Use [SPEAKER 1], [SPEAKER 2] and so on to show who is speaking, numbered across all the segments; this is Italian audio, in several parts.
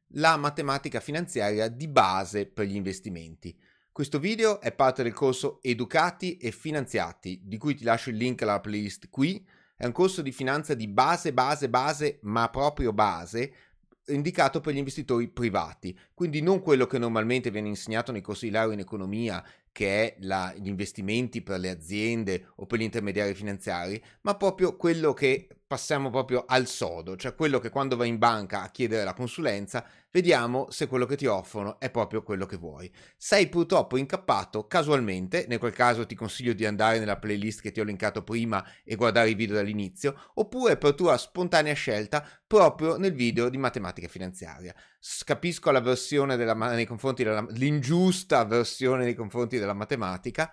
[SPEAKER 1] la matematica finanziaria di base per gli investimenti. Questo video è parte del corso Educati e Finanziati, di cui ti lascio il link alla playlist qui. È un corso di finanza di base, ma proprio base, indicato per gli investitori privati, quindi non quello che normalmente viene insegnato nei corsi di laurea in economia, che è gli investimenti per le aziende o per gli intermediari finanziari, ma proprio quello che passiamo proprio al sodo, cioè quello che quando vai in banca a chiedere la consulenza, vediamo se quello che ti offrono è proprio quello che vuoi. Sei purtroppo incappato casualmente, nel quel caso ti consiglio di andare nella playlist che ti ho linkato prima e guardare i video dall'inizio, oppure per tua spontanea scelta proprio nel video di matematica finanziaria. Capisco la versione nei confronti l'ingiusta versione nei confronti della matematica.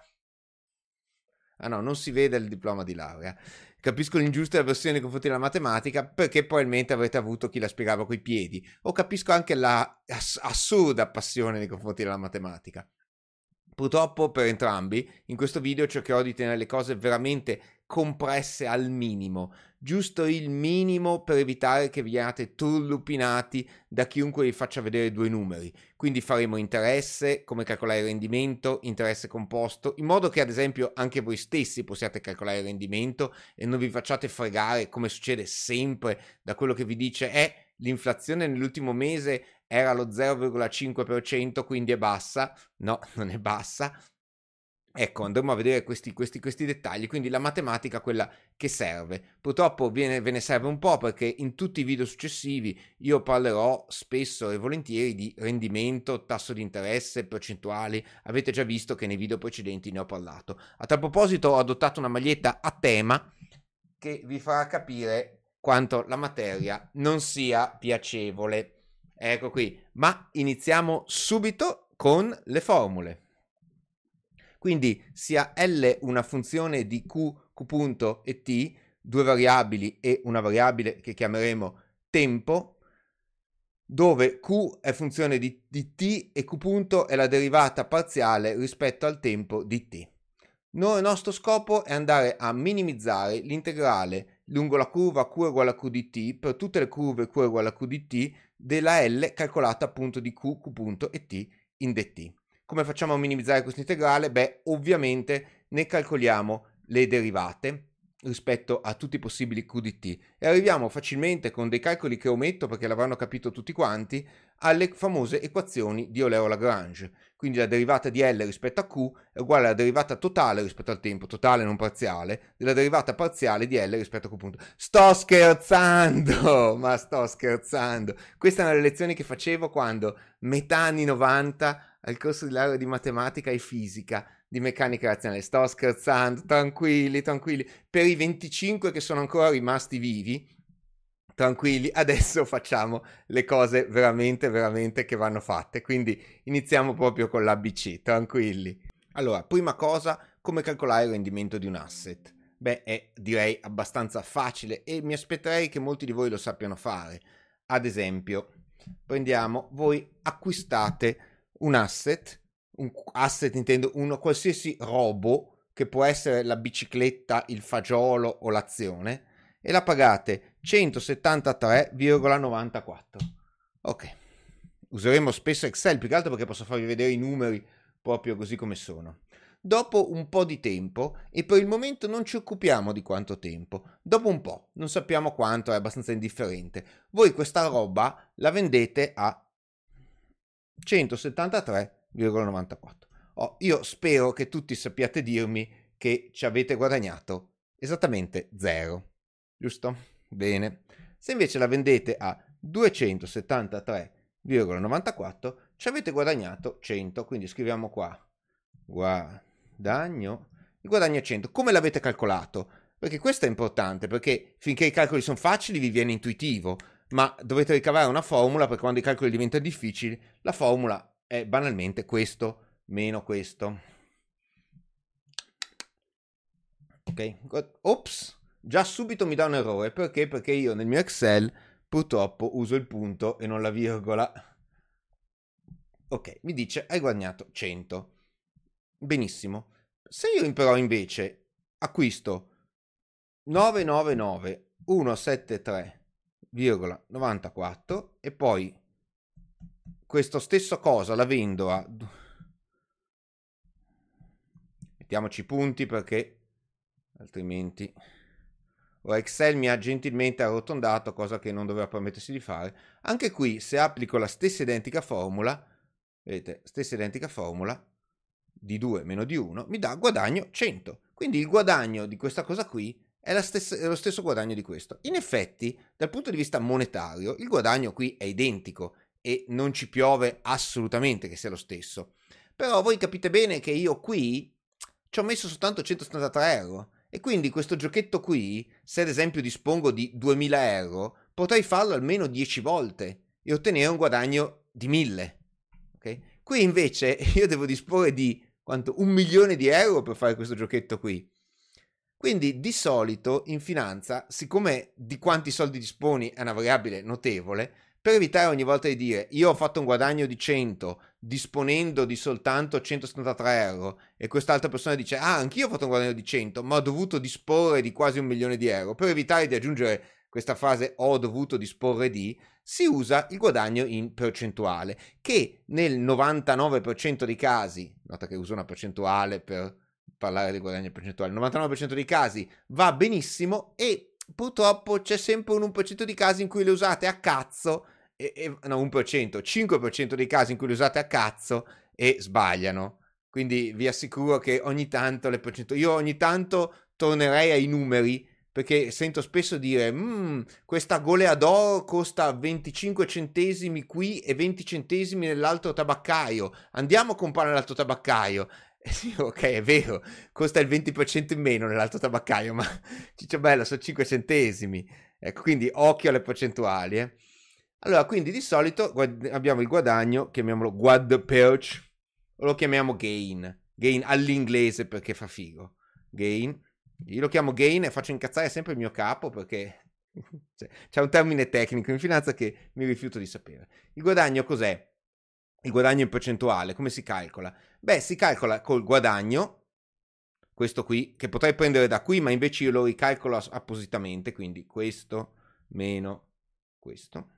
[SPEAKER 1] Ah no, non si vede il diploma di laurea. Capisco l'ingiusta versione nei confronti della matematica perché probabilmente avrete avuto chi la spiegava coi piedi. O capisco anche la assurda passione nei confronti della matematica. Purtroppo per entrambi, in questo video cercherò di tenere le cose veramente compresse al minimo, giusto il minimo per evitare che viate turlupinati da chiunque vi faccia vedere due numeri. Quindi faremo interesse, come calcolare il rendimento, interesse composto, in modo che ad esempio anche voi stessi possiate calcolare il rendimento e non vi facciate fregare, come succede sempre, da quello che vi dice l'inflazione nell'ultimo mese era lo 0,5%, quindi è bassa. No, non è bassa. Ecco, andremo a vedere questi dettagli, quindi la matematica quella che serve. Purtroppo ve ne serve un po' perché in tutti i video successivi io parlerò spesso e volentieri di rendimento, tasso di interesse, percentuali. Avete già visto che nei video precedenti ne ho parlato. A tal proposito ho adottato una maglietta a tema che vi farà capire quanto la materia non sia piacevole. Ecco qui, ma iniziamo subito con le formule. Quindi sia L una funzione di Q punto e T, due variabili e una variabile che chiameremo tempo, dove Q è funzione di T e Q punto è la derivata parziale rispetto al tempo di T. Il nostro scopo è andare a minimizzare l'integrale lungo la curva Q uguale a Q di T per tutte le curve Q uguale a Q di T della L calcolata appunto di Q punto e T in dt. Come facciamo a minimizzare questo integrale? Beh, ovviamente ne calcoliamo le derivate rispetto a tutti i possibili Q di T e arriviamo facilmente con dei calcoli che ometto perché l'avranno capito tutti quanti alle famose equazioni di Euler-Lagrange. Quindi la derivata di L rispetto a Q è uguale alla derivata totale rispetto al tempo, totale non parziale, della derivata parziale di L rispetto a Q punto. Sto scherzando, ma sto scherzando. Questa è una delle lezioni che facevo quando metà anni 90 al corso di laurea di matematica e fisica di meccanica razionale. Sto scherzando, tranquilli. Per i 25 che sono ancora rimasti vivi, tranquilli, adesso facciamo le cose veramente che vanno fatte. Quindi iniziamo proprio con l'ABC, tranquilli. Allora, prima cosa, come calcolare il rendimento di un asset? Beh, è direi abbastanza facile e mi aspetterei che molti di voi lo sappiano fare. Ad esempio, prendiamo, voi acquistate un asset intendo uno qualsiasi robo che può essere la bicicletta, il fagiolo o l'azione e la pagate 173,94. Ok, useremo spesso Excel più che altro perché posso farvi vedere i numeri proprio così come sono. Dopo un po' di tempo, e per il momento non ci occupiamo di quanto tempo, dopo un po', non sappiamo quanto, è abbastanza indifferente, voi questa roba la vendete a 173,94. Io spero che tutti sappiate dirmi che ci avete guadagnato esattamente 0, giusto? Bene. Se invece la vendete a 273,94 ci avete guadagnato 100, quindi scriviamo qua guadagno, il guadagno è 100. Come l'avete calcolato? Perché questo è importante, perché finché i calcoli sono facili vi viene intuitivo, ma dovete ricavare una formula perché quando i calcoli diventano difficili, la formula è banalmente questo meno questo. Ok, ops, già subito mi dà un errore, perché? Perché io nel mio Excel purtroppo uso il punto e non la virgola. Ok, mi dice hai guadagnato 100. Benissimo. Se io però invece acquisto 999,173,94 e poi questa stessa cosa la vendo a... Mettiamoci i punti perché altrimenti... Ora Excel mi ha gentilmente arrotondato, cosa che non doveva permettersi di fare. Anche qui, se applico la stessa identica formula, vedete, stessa identica formula, di 2 meno di 1, mi dà guadagno 100. Quindi il guadagno di questa cosa qui è lo stesso guadagno di questo. In effetti, dal punto di vista monetario, il guadagno qui è identico e non ci piove assolutamente che sia lo stesso. Però voi capite bene che io qui ci ho messo soltanto 173 euro. E quindi questo giochetto qui, se ad esempio dispongo di 2000 euro, potrei farlo almeno 10 volte e ottenere un guadagno di 1000. Okay? Qui invece io devo disporre di quanto? 1.000.000 di euro per fare questo giochetto qui. Quindi di solito in finanza, siccome di quanti soldi disponi è una variabile notevole, per evitare ogni volta di dire io ho fatto un guadagno di 100 disponendo di soltanto 173 euro e quest'altra persona dice anch'io ho fatto un guadagno di 100 ma ho dovuto disporre di quasi 1.000.000 di euro, per evitare di aggiungere questa frase ho dovuto disporre di, si usa il guadagno in percentuale che nel 99% dei casi, nota che uso una percentuale per parlare di guadagno percentuale, il 99% dei casi va benissimo e purtroppo c'è sempre un 1% di casi in cui le usate a cazzo no, 1%, 5% dei casi in cui le usate a cazzo e sbagliano. Quindi vi assicuro che ogni tanto le percentuali... Io ogni tanto tornerei ai numeri perché sento spesso dire questa goleador costa 25 centesimi qui e 20 centesimi nell'altro tabaccaio. Andiamo a comprare nell'altro tabaccaio. Sì, ok, è vero, costa il 20% in meno nell'altro tabaccaio, ma ciccio bello, sono 5 centesimi. Ecco, quindi occhio alle percentuali, eh. Allora, quindi di solito abbiamo il guadagno, chiamiamolo guad perch, o lo chiamiamo gain. Gain all'inglese perché fa figo. Gain. Io lo chiamo gain e faccio incazzare sempre il mio capo perché c'è un termine tecnico in finanza che mi rifiuto di sapere. Il guadagno cos'è? Il guadagno in percentuale, come si calcola? Beh, si calcola col guadagno, questo qui, che potrei prendere da qui, ma invece io lo ricalcolo appositamente, quindi questo meno questo,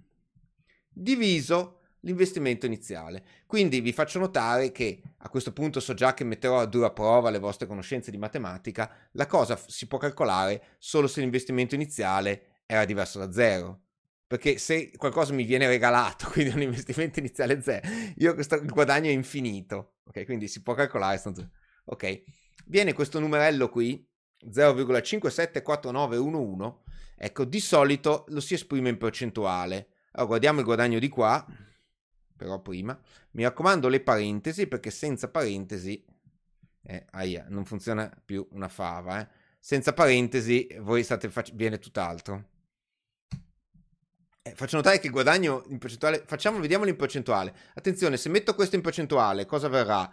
[SPEAKER 1] diviso l'investimento iniziale. Quindi vi faccio notare che a questo punto so già che metterò a dura prova le vostre conoscenze di matematica, la cosa si può calcolare solo se l'investimento iniziale era diverso da zero. Perché se qualcosa mi viene regalato, quindi un investimento iniziale zero, io questo guadagno è infinito. Ok, quindi si può calcolare. Ok, viene questo numerello qui, 0,574911. Ecco, di solito lo si esprime in percentuale. Allora, guardiamo il guadagno di qua, però prima. Mi raccomando le parentesi, perché senza parentesi non funziona più una fava. Senza parentesi voi viene tutt'altro. Faccio notare che il guadagno in percentuale, vediamolo in percentuale. Attenzione, se metto questo in percentuale, cosa verrà?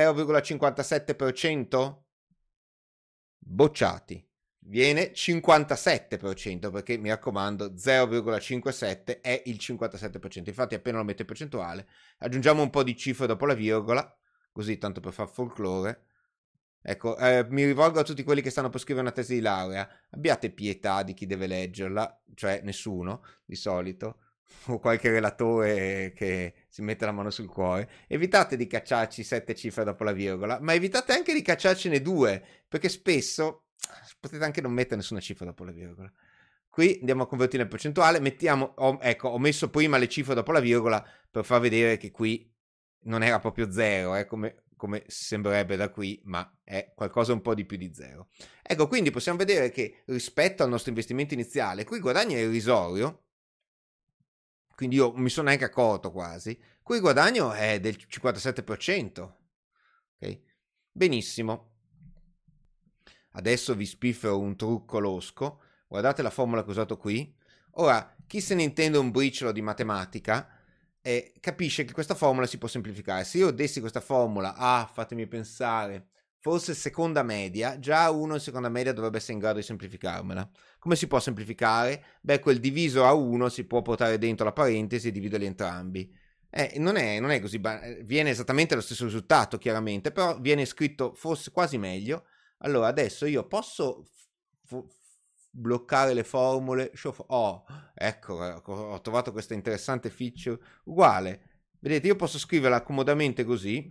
[SPEAKER 1] 0,57%? Bocciati. Viene 57%, perché mi raccomando 0,57 è il 57%. Infatti appena lo metto in percentuale, aggiungiamo un po' di cifre dopo la virgola, così tanto per far folklore. Ecco, mi rivolgo a tutti quelli che stanno per scrivere una tesi di laurea. Abbiate pietà di chi deve leggerla, cioè nessuno, di solito, o qualche relatore che si mette la mano sul cuore. Evitate di cacciarci 7 cifre dopo la virgola, ma evitate anche di cacciarcene 2, perché spesso potete anche non mettere nessuna cifra dopo la virgola. Qui andiamo a convertire in percentuale, ho messo prima le cifre dopo la virgola per far vedere che qui non era proprio zero, come sembrerebbe da qui, ma è qualcosa un po' di più di zero. Ecco, quindi possiamo vedere che rispetto al nostro investimento iniziale, qui il guadagno è irrisorio, quindi io mi sono neanche accorto quasi, qui il guadagno è del 57%. Ok? Benissimo. Adesso vi spiffero un trucco losco, guardate la formula che ho usato qui. Ora, chi se ne intende un briciolo di matematica capisce che questa formula si può semplificare. Se io dessi questa formula fatemi pensare, forse seconda media, già uno in seconda media dovrebbe essere in grado di semplificarmela. Come si può semplificare? Beh, quel diviso a 1 si può portare dentro la parentesi e dividerli entrambi. Non è così, viene esattamente lo stesso risultato, chiaramente, però viene scritto forse quasi meglio. Allora, adesso io posso bloccare le formule. Ecco, ho trovato questa interessante feature. Uguale, Vedete, io posso scriverla comodamente così,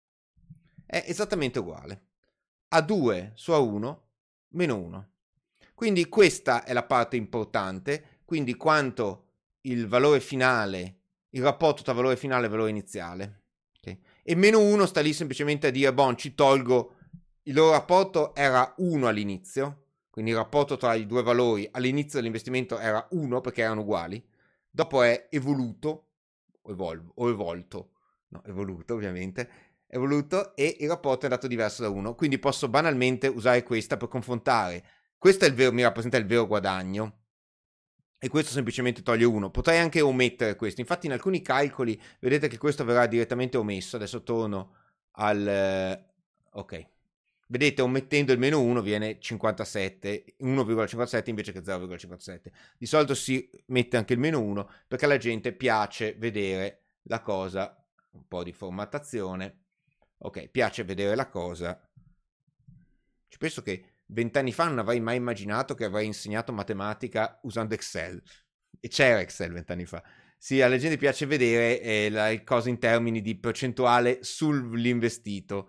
[SPEAKER 1] è esattamente uguale. A2 su A1 meno 1. Quindi questa è la parte importante, quindi quanto il valore finale, il rapporto tra valore finale e valore iniziale. Okay? E meno 1 sta lì semplicemente a dire, bon, ci tolgo, il loro rapporto era 1 all'inizio, quindi il rapporto tra i due valori all'inizio dell'investimento era 1 perché erano uguali, dopo è evoluto, o evolto, no, evoluto ovviamente, evoluto e il rapporto è andato diverso da 1, quindi posso banalmente usare questa per confrontare. Questo è il vero, mi rappresenta il vero guadagno e questo semplicemente toglie 1. Potrei anche omettere questo, infatti in alcuni calcoli vedete che questo verrà direttamente omesso. Adesso torno al ok, vedete, omettendo il meno 1 viene 57, 1,57 invece che 0,57. Di solito si mette anche il meno 1 perché alla gente piace vedere la cosa, un po' di formattazione. Ok, piace vedere la cosa. Ci penso che 20 anni fa non avrei mai immaginato che avrei insegnato matematica usando Excel. E c'era Excel 20 anni fa. Sì, alla gente piace vedere le cose in termini di percentuale sull'investito,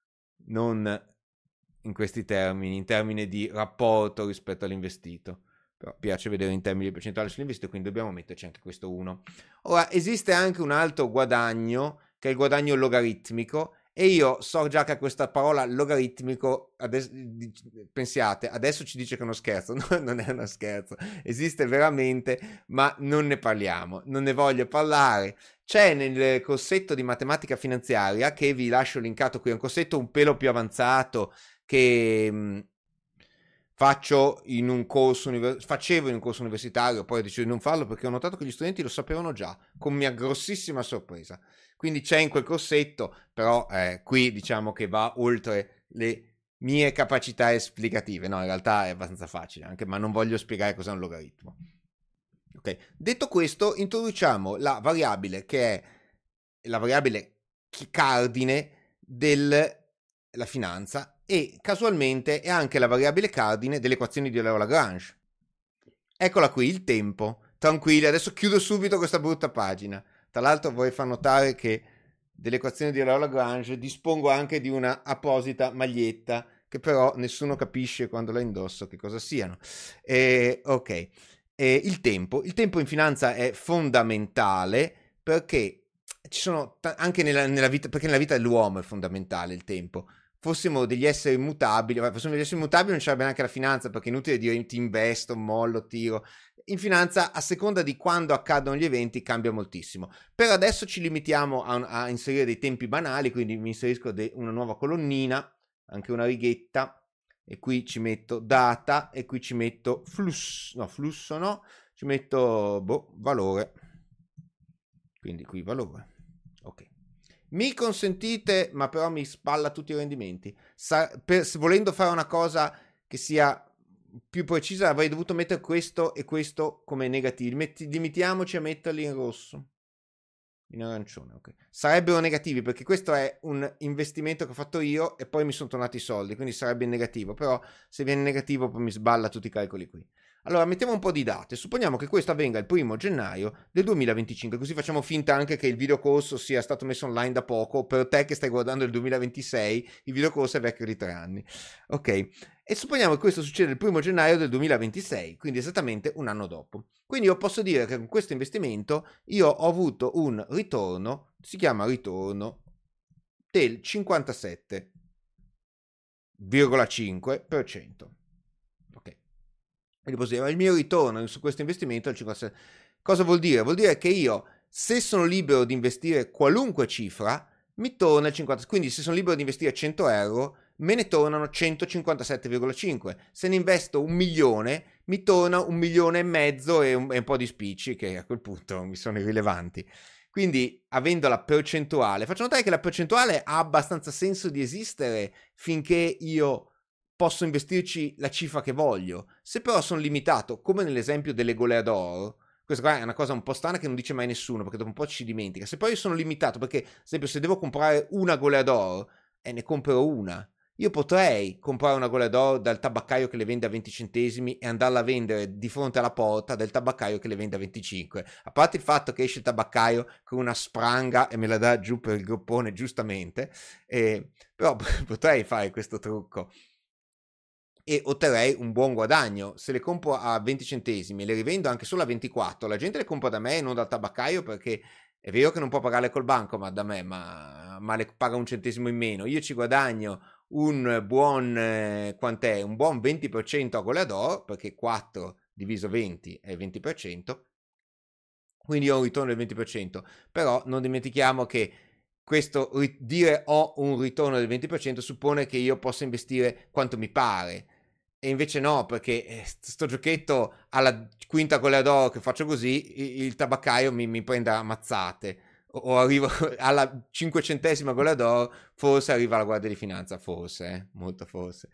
[SPEAKER 1] non in questi termini, in termini di rapporto rispetto all'investito. Però piace vedere in termini di percentuale sull'investito, quindi dobbiamo metterci anche questo 1. Ora, esiste anche un altro guadagno, che è il guadagno logaritmico, e io so già che a questa parola logaritmico, pensiate, adesso ci dice che è uno scherzo, no, non è uno scherzo, esiste veramente, ma non ne parliamo, non ne voglio parlare. C'è nel corsetto di matematica finanziaria, che vi lascio linkato qui, è un corsetto un pelo più avanzato, che facevo in un corso universitario, poi ho deciso di non farlo perché ho notato che gli studenti lo sapevano già, con mia grossissima sorpresa. Quindi c'è in quel corsetto, però qui diciamo che va oltre le mie capacità esplicative. No, in realtà è abbastanza facile, anche, ma non voglio spiegare cos'è un logaritmo. Ok, detto questo, introduciamo la variabile che è la variabile cardine della finanza e casualmente è anche la variabile cardine delle equazioni di Lagrange. Eccola qui, il tempo. Tranquilli, adesso chiudo subito questa brutta pagina. Tra l'altro vorrei far notare che delle equazioni di Lagrange dispongo anche di una apposita maglietta che però nessuno capisce quando la indosso che cosa siano. Ok, il tempo in finanza è fondamentale perché ci sono anche nella vita, perché nella vita dell'uomo è fondamentale il tempo. Fossimo degli esseri immutabili, fossimo degli esseri immutabili non ci sarebbe neanche la finanza, perché è inutile dire ti investo, mollo, tiro. In finanza, a seconda di quando accadono gli eventi, cambia moltissimo. Per adesso ci limitiamo a inserire dei tempi banali, quindi mi inserisco una nuova colonnina, anche una righetta, e qui ci metto data, e qui ci metto flusso no, ci metto valore. Quindi qui valore. Ok. Mi consentite, ma però mi spalla tutti i rendimenti. Volendo fare una cosa che sia più precisa, avrei dovuto mettere questo e questo come negativi. Limitiamoci a metterli in rosso. In arancione, ok. Sarebbero negativi perché questo è un investimento che ho fatto io e poi mi sono tornati i soldi, quindi sarebbe in negativo. Però se viene negativo poi mi sballa tutti i calcoli qui. Allora, mettiamo un po' di date. Supponiamo che questo avvenga il 1 gennaio del 2025, così facciamo finta anche che il videocorso sia stato messo online da poco. Per te che stai guardando il 2026, il videocorso è vecchio di 3 anni. Ok, e supponiamo che questo succeda il 1 gennaio del 2026, quindi esattamente un anno dopo. Quindi io posso dire che con questo investimento io ho avuto un ritorno, si chiama ritorno, del 57,5%. Ok. Quindi posso dire, il mio ritorno su questo investimento è il 57. Cosa vuol dire? Vuol dire che io, se sono libero di investire qualunque cifra, mi torna il 50. Quindi se sono libero di investire 100 euro, me ne tornano 157,5. Se ne investo 1.000.000, mi torna 1,5 milioni e un po' di spicci, che a quel punto mi sono irrilevanti. Quindi, avendo la percentuale, faccio notare che la percentuale ha abbastanza senso di esistere finché io posso investirci la cifra che voglio. Se però sono limitato, come nell'esempio delle goleador, questa qua è una cosa un po' strana che non dice mai nessuno, perché dopo un po' ci dimentica. Se poi io sono limitato, perché ad esempio se devo comprare una goleador, ne compro una. Io potrei comprare una gola d'oro dal tabaccaio che le vende a 20 centesimi e andarla a vendere di fronte alla porta del tabaccaio che le vende a 25. A parte il fatto che esce il tabaccaio con una spranga e me la dà giù per il groppone, giustamente, però potrei fare questo trucco e otterrei un buon guadagno. Se le compro a 20 centesimi e le rivendo anche solo a 24, la gente le compra da me e non dal tabaccaio, perché è vero che non può pagarle col banco, ma da me, ma le paga un centesimo in meno. Io ci guadagno un buon, quant'è? Un buon 20% a gola d'oro, perché 4 diviso 20 è il 20%, quindi ho un ritorno del 20%, però non dimentichiamo che questo dire ho un ritorno del 20% suppone che io possa investire quanto mi pare, e invece no, perché sto giochetto alla quinta gola d'oro che faccio così, il tabaccaio mi prende a mazzate, o arrivo alla 500esima gola d'oro, forse arriva la Guardia di Finanza, forse, molto forse.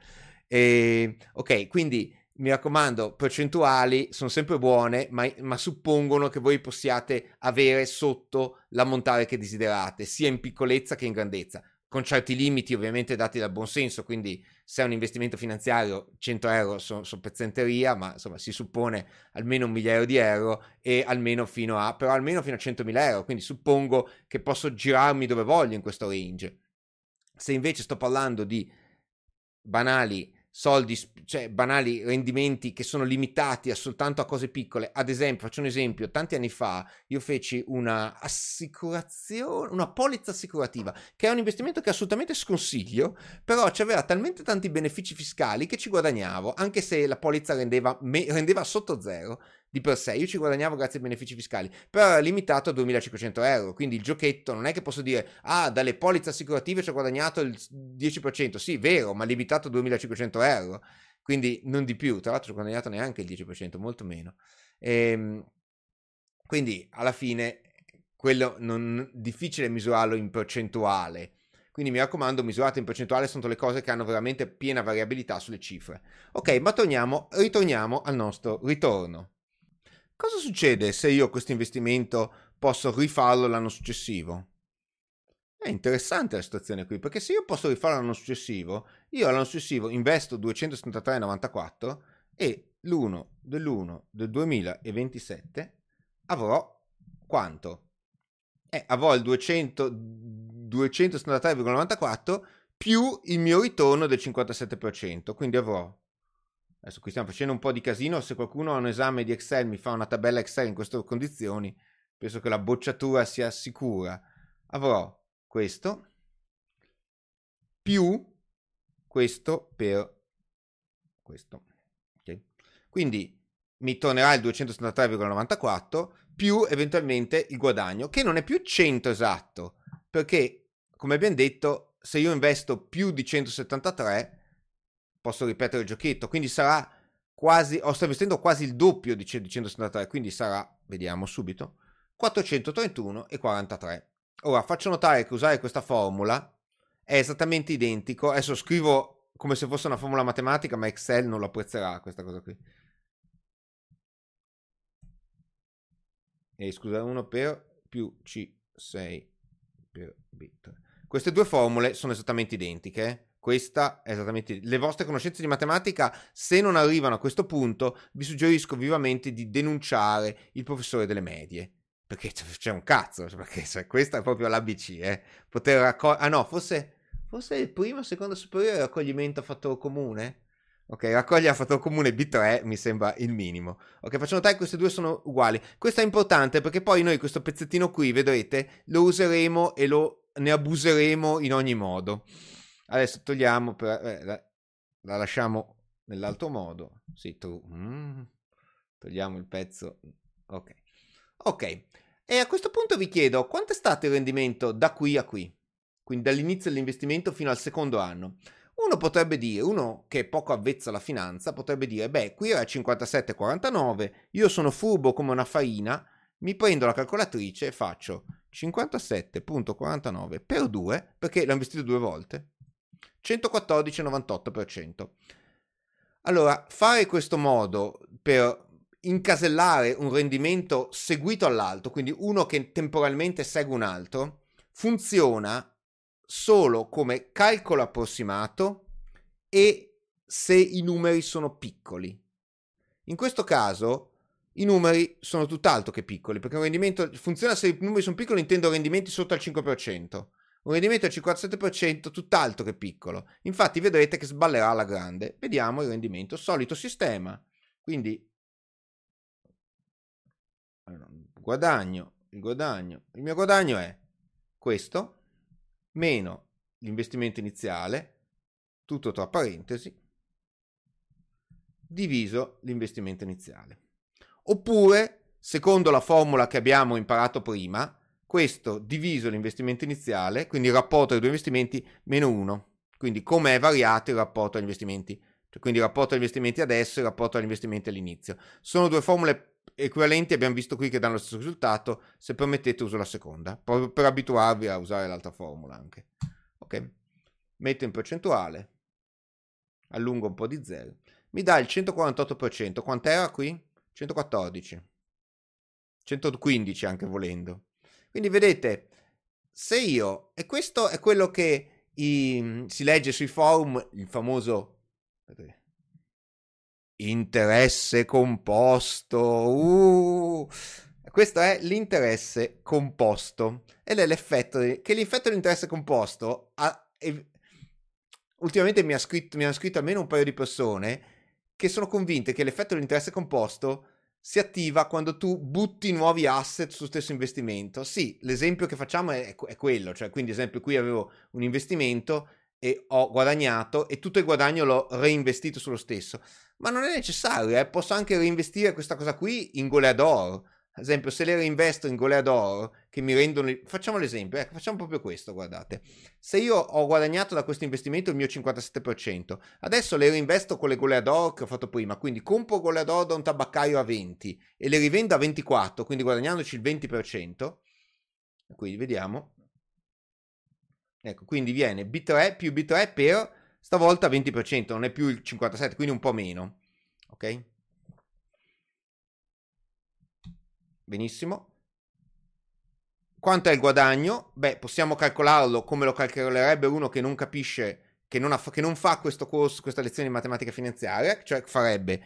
[SPEAKER 1] Ok, quindi mi raccomando, percentuali sono sempre buone, ma suppongono che voi possiate avere sotto l'ammontare che desiderate, sia in piccolezza che in grandezza, con certi limiti ovviamente dati dal buon senso. Quindi se è un investimento finanziario 100 euro sono pezzenteria, ma insomma si suppone almeno 1 miliardo di euro, e almeno però almeno fino a 100.000 euro, quindi suppongo che posso girarmi dove voglio in questo range. Se invece sto parlando di banali soldi, cioè banali rendimenti che sono limitati soltanto a cose piccole. Ad esempio, faccio un esempio: tanti anni fa io feci una assicurazione, una polizza assicurativa, che è un investimento che assolutamente sconsiglio, però c'aveva talmente tanti benefici fiscali che ci guadagnavo, anche se la polizza rendeva sotto zero di per sé. Io ci guadagnavo grazie ai benefici fiscali, però era limitato a 2.500 euro, quindi il giochetto non è che posso dire dalle polizze assicurative ci ho guadagnato il 10%, sì, vero, ma limitato a 2.500 euro, quindi non di più. Tra l'altro ci ho guadagnato neanche il 10%, molto meno. Quindi alla fine quello difficile misurarlo in percentuale, quindi mi raccomando, misurate in percentuale sono le cose che hanno veramente piena variabilità sulle cifre. Ok, ma ritorniamo al nostro ritorno. Cosa succede se io questo investimento posso rifarlo l'anno successivo? È interessante la situazione qui, perché se io posso rifarlo l'anno successivo, io l'anno successivo investo 273,94 e l'1 del 2027 avrò quanto? Avrò il 273,94 più il mio ritorno del 57%, quindi avrò. Adesso qui stiamo facendo un po' di casino, se qualcuno ha un esame di Excel, mi fa una tabella Excel in queste condizioni, penso che la bocciatura sia sicura. Avrò questo più questo per questo. Okay. Quindi mi tornerà il 273,94 più eventualmente il guadagno, che non è più 100 esatto, perché come abbiamo detto, se io investo più di 173 posso ripetere il giochetto, quindi sarà quasi, sto investendo quasi il doppio di 173, quindi sarà, vediamo subito, 431,43. Ora faccio notare che usare questa formula è esattamente identico. Adesso scrivo come se fosse una formula matematica, ma Excel non lo apprezzerà questa cosa qui. E scusa, 1 per più C6 per B3. Queste due formule sono esattamente identiche. Questa è esattamente. Le vostre conoscenze di matematica, se non arrivano a questo punto, vi suggerisco vivamente di denunciare il professore delle medie. Perché c'è un cazzo, perché questa è proprio l'ABC, Poter raccogliere. Ah no, forse il primo o secondo superiore è raccoglimento a fattore comune? Ok, raccogliere a fattore comune B3 mi sembra il minimo. Ok, faccio notare che queste due sono uguali. Questo è importante perché poi noi questo pezzettino qui, vedrete, lo useremo e ne abuseremo in ogni modo. Adesso togliamo, la lasciamo nell'altro modo. Sì, togliamo il pezzo. Ok. Ok, e a questo punto vi chiedo quanto è stato il rendimento da qui a qui? Quindi dall'inizio dell'investimento fino al secondo anno. Uno che è poco avvezzo alla finanza potrebbe dire, beh, qui era 57,49, io sono furbo come una farina, mi prendo la calcolatrice e faccio 57,49 per 2, perché l'ho investito 2 volte, 114,98%. Allora, fare questo modo per incasellare un rendimento seguito all'altro, quindi uno che temporalmente segue un altro, funziona solo come calcolo approssimato e se i numeri sono piccoli. In questo caso i numeri sono tutt'altro che piccoli, perché un rendimento funziona se i numeri sono piccoli, intendo rendimenti sotto al 5%. Un rendimento al 57% tutt'altro che piccolo. Infatti vedrete che sballerà alla grande. Vediamo il rendimento, solito sistema. Quindi il mio guadagno è questo meno l'investimento iniziale, tutto tra parentesi, diviso l'investimento iniziale. Oppure, secondo la formula che abbiamo imparato prima, questo diviso l'investimento iniziale, quindi il rapporto dei due investimenti, meno 1. Quindi come è variato il rapporto agli investimenti, quindi il rapporto agli investimenti adesso e il rapporto agli investimenti all'inizio. Sono due formule equivalenti, abbiamo visto qui che danno lo stesso risultato. Se permettete uso la seconda, proprio per abituarvi a usare l'altra formula anche. Ok, metto in percentuale, allungo un po' di 0, mi dà il 148%. Quant'era qui? 114, 115 anche volendo. Quindi vedete, se io, e questo è quello che si legge sui forum, il famoso interesse composto, questo è l'interesse composto ed è l'effetto che l'effetto dell'interesse composto ultimamente mi hanno scritto almeno un paio di persone che sono convinte che l'effetto dell'interesse composto si attiva quando tu butti nuovi asset sullo stesso investimento. Sì, l'esempio che facciamo è quello, cioè quindi esempio qui avevo un investimento e ho guadagnato e tutto il guadagno l'ho reinvestito sullo stesso, ma non è necessario, posso anche reinvestire questa cosa qui in goleador. Ad esempio, se le reinvesto in goleador che mi rendono, facciamo l'esempio, facciamo proprio questo, guardate, se io ho guadagnato da questo investimento il mio 57%, adesso le reinvesto con le goleador che ho fatto prima, quindi compro goleador da un tabaccaio a 20 e le rivendo a 24, quindi guadagnandoci il 20%, quindi vediamo, ecco, quindi viene B3 più B3 per stavolta 20%, non è più il 57%, quindi un po' meno, ok? Benissimo. Quanto è il guadagno? Beh, possiamo calcolarlo come lo calcolerebbe uno che non capisce, che non fa questo corso, questa lezione di matematica finanziaria, cioè farebbe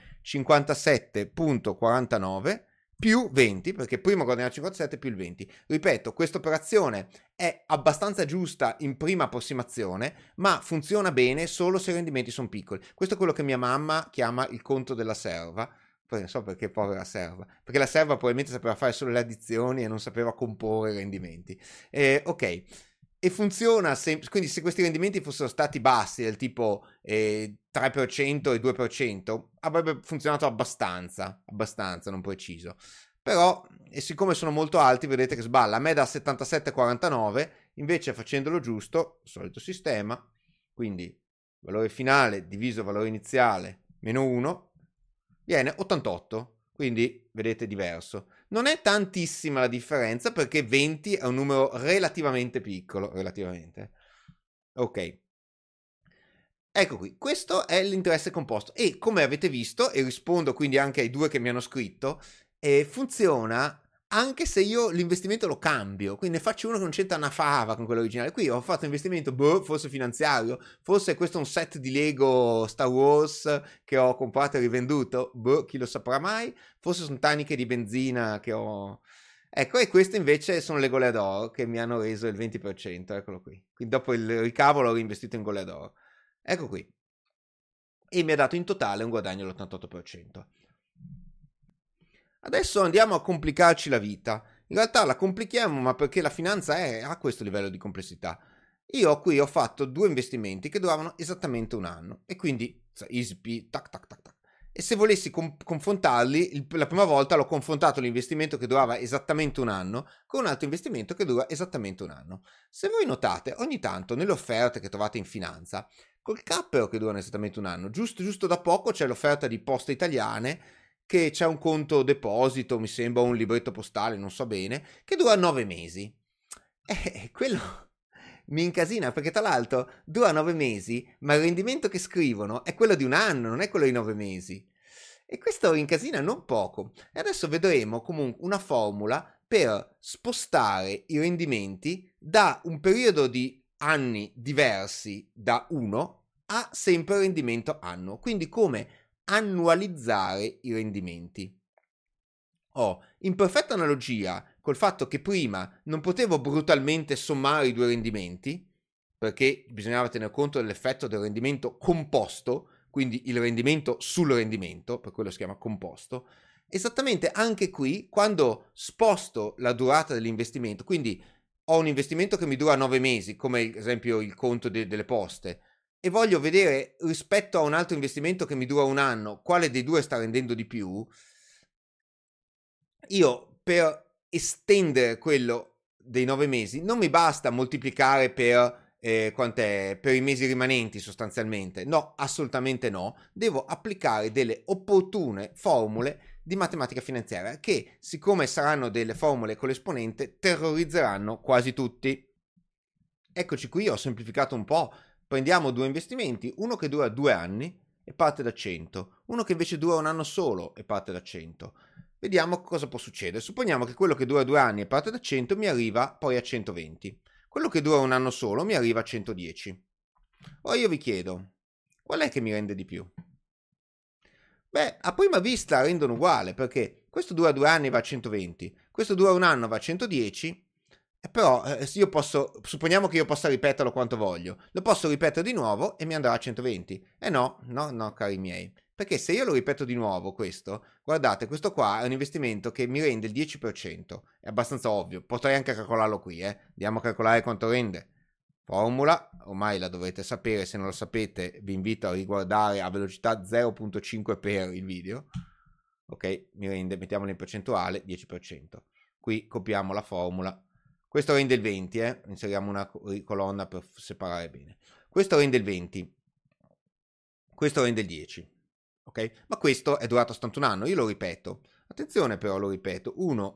[SPEAKER 1] 57,49 più 20, perché prima guadagna 57 più il 20. Ripeto, questa operazione è abbastanza giusta in prima approssimazione, ma funziona bene solo se i rendimenti sono piccoli. Questo è quello che mia mamma chiama il conto della serva. Poi non so perché povera serva, perché la serva probabilmente sapeva fare solo le addizioni e non sapeva comporre i rendimenti. Ok, e funziona, quindi se questi rendimenti fossero stati bassi, del tipo 3% e 2%, avrebbe funzionato abbastanza, non preciso. Però, e siccome sono molto alti, vedete che sballa. A me da 77,49, invece facendolo giusto, solito sistema, quindi valore finale diviso valore iniziale meno 1, viene 88, quindi vedete diverso. Non è tantissima la differenza perché 20 è un numero relativamente piccolo, relativamente. Ok. Ecco qui, questo è l'interesse composto e come avete visto, e rispondo quindi anche ai due che mi hanno scritto, funziona anche se io l'investimento lo cambio, quindi ne faccio uno che non c'entra una fava con quello originale. Qui ho fatto un investimento, forse finanziario, forse questo è un set di Lego Star Wars che ho comprato e rivenduto, chi lo saprà mai, forse sono taniche di benzina che ho... Ecco, e queste invece sono le goleador che mi hanno reso il 20%, eccolo qui. Quindi dopo il ricavo l'ho reinvestito in goleador. Ecco qui. E mi ha dato in totale un guadagno all'88%. Adesso andiamo a complicarci la vita. In realtà la complichiamo, ma perché la finanza ha questo livello di complessità. Io qui ho fatto due investimenti che duravano esattamente un anno. E quindi, easy, tac, tac, tac, tac. E se volessi confrontarli, la prima volta l'ho confrontato l'investimento che durava esattamente un anno con un altro investimento che dura esattamente un anno. Se voi notate, ogni tanto nelle offerte che trovate in finanza, col cappero che durano esattamente un anno, giusto da poco c'è l'offerta di Poste Italiane che c'è un conto deposito, mi sembra un libretto postale, non so bene, che dura 9 mesi. Quello mi incasina perché tra l'altro dura 9 mesi, ma il rendimento che scrivono è quello di un anno, non è quello di 9 mesi. E questo incasina non poco. E adesso vedremo comunque una formula per spostare i rendimenti da un periodo di anni diversi da 1, ha sempre rendimento annuo, quindi come annualizzare i rendimenti. In perfetta analogia col fatto che prima non potevo brutalmente sommare i due rendimenti, perché bisognava tener conto dell'effetto del rendimento composto, quindi il rendimento sul rendimento, per quello si chiama composto. Esattamente anche qui, quando sposto la durata dell'investimento, quindi ho un investimento che mi dura 9 mesi, come ad esempio il conto delle poste, e voglio vedere rispetto a un altro investimento che mi dura un anno, quale dei due sta rendendo di più, io per estendere quello dei 9 mesi non mi basta moltiplicare per i mesi rimanenti sostanzialmente. No, assolutamente no. Devo applicare delle opportune formule di matematica finanziaria che, siccome saranno delle formule con l'esponente, terrorizzeranno quasi tutti. Eccoci qui, ho semplificato un po'. Prendiamo due investimenti, uno che dura 2 anni e parte da 100, uno che invece dura un anno solo e parte da 100. Vediamo cosa può succedere. Supponiamo che quello che dura 2 anni e parte da 100 mi arriva poi a 120. Quello che dura un anno solo mi arriva a 110. Ora io vi chiedo, qual è che mi rende di più? Beh, a prima vista rendono uguale, perché questo dura 2 anni e va a 120, questo dura un anno e va a 110, però supponiamo che io possa ripeterlo quanto voglio, lo posso ripetere di nuovo e mi andrà a 120. No, cari miei. Perché se io lo ripeto di nuovo questo, guardate, questo qua è un investimento che mi rende il 10%, è abbastanza ovvio, potrei anche calcolarlo qui, andiamo a calcolare quanto rende. Formula, ormai la dovrete sapere, se non lo sapete vi invito a riguardare a velocità 0.5 per il video, ok, mi rende, mettiamolo in percentuale, 10%. Qui copiamo la formula, questo rende il 20, inseriamo una colonna per separare bene, questo rende il 20, questo rende il 10. Ok? Ma questo è durato soltanto un anno, io lo ripeto. Attenzione però, lo ripeto,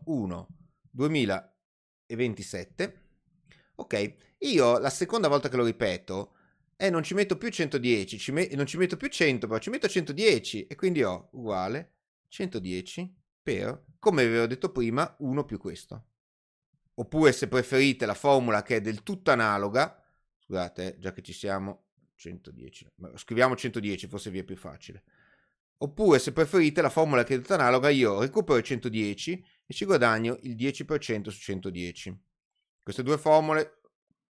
[SPEAKER 1] 1-1-2027. Ok? Io la seconda volta che lo ripeto non ci metto più 110, non ci metto più 100, però ci metto 110 e quindi ho uguale 110 per, come vi avevo detto prima, 1 più questo. Oppure se preferite la formula che è del tutto analoga, scusate, già che ci siamo, 110, scriviamo 110, forse vi è più facile. Oppure se preferite la formula che è tutta analoga, io recupero il 110 e ci guadagno il 10% su 110. Queste due formule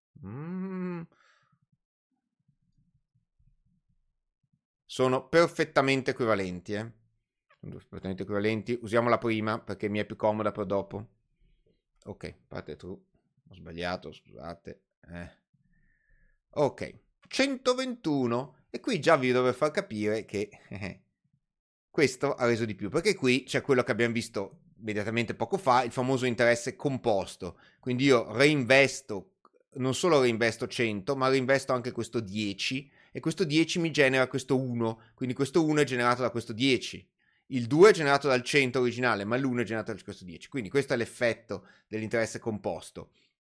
[SPEAKER 1] sono perfettamente equivalenti. Sono perfettamente equivalenti. Usiamo la prima perché mi è più comoda per dopo. Ok, parte true. Ho sbagliato, scusate. Ok, 121. E qui già vi dovrei far capire che questo ha reso di più, perché qui c'è quello che abbiamo visto immediatamente poco fa, il famoso interesse composto. Quindi io reinvesto, non solo reinvesto 100, ma reinvesto anche questo 10 e questo 10 mi genera questo 1, quindi questo 1 è generato da questo 10. Il 2 è generato dal 100 originale, ma l'1 è generato da questo 10. Quindi questo è l'effetto dell'interesse composto.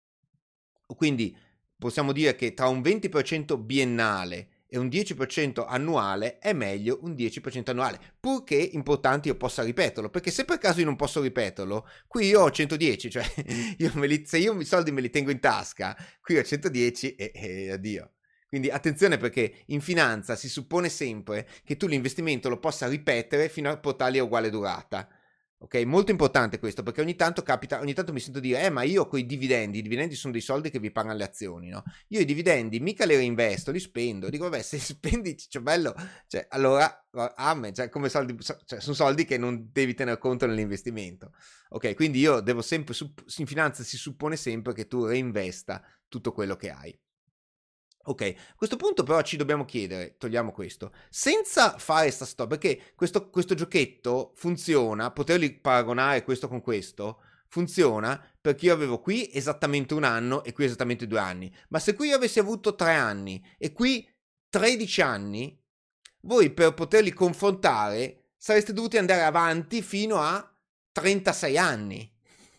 [SPEAKER 1] Quindi possiamo dire che tra un 20% biennale e un 10% annuale è meglio un 10% annuale, purché importante io possa ripeterlo, perché se per caso io non posso ripeterlo, qui io ho 110, cioè se io i soldi me li tengo in tasca, qui ho 110 e addio. Quindi attenzione, perché in finanza si suppone sempre che tu l'investimento lo possa ripetere fino a portarli a uguale durata. Ok, molto importante questo, perché ogni tanto mi sento dire, ma io con i dividendi sono dei soldi che vi pagano le azioni, no? Io i dividendi mica li reinvesto, li spendo. Dico, vabbè, se spendi ciccio bello, cioè, allora, amen, cioè, come soldi, cioè, sono soldi che non devi tener conto nell'investimento. Ok, quindi io devo sempre, in finanza si suppone sempre che tu reinvesta tutto quello che hai. Ok, a questo punto però ci dobbiamo chiedere, togliamo questo, senza fare sta storia, perché questo giochetto funziona, poterli paragonare questo con questo, funziona perché io avevo qui esattamente un anno e qui esattamente 2 anni, ma se qui io avessi avuto 3 anni e qui 13 anni, voi per poterli confrontare sareste dovuti andare avanti fino a 36 anni.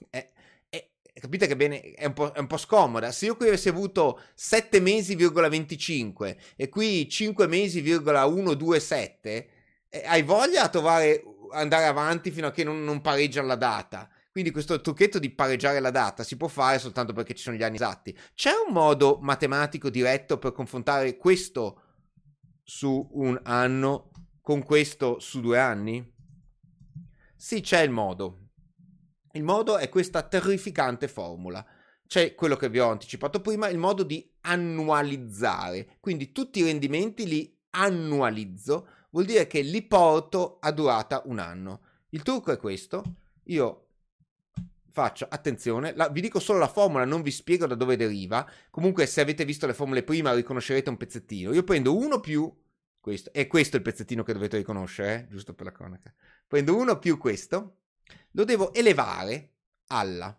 [SPEAKER 1] Capite che bene, è un po' scomoda. Se io qui avessi avuto 7 mesi,25 e qui 5 mesi,127, hai voglia a trovare, andare avanti fino a che non pareggiano la data. Quindi questo trucchetto di pareggiare la data si può fare soltanto perché ci sono gli anni esatti. C'è un modo matematico diretto per confrontare questo su un anno con questo su 2 anni? Sì, c'è il modo. Il modo è questa terrificante formula. C'è quello che vi ho anticipato prima, il modo di annualizzare. Quindi tutti i rendimenti li annualizzo, vuol dire che li porto a durata un anno. Il trucco è questo. Io faccio, attenzione, vi dico solo la formula, non vi spiego da dove deriva. Comunque se avete visto le formule prima riconoscerete un pezzettino. Io prendo 1 più questo, e questo è il pezzettino che dovete riconoscere, giusto per la cronaca. Prendo 1 più questo, lo devo elevare alla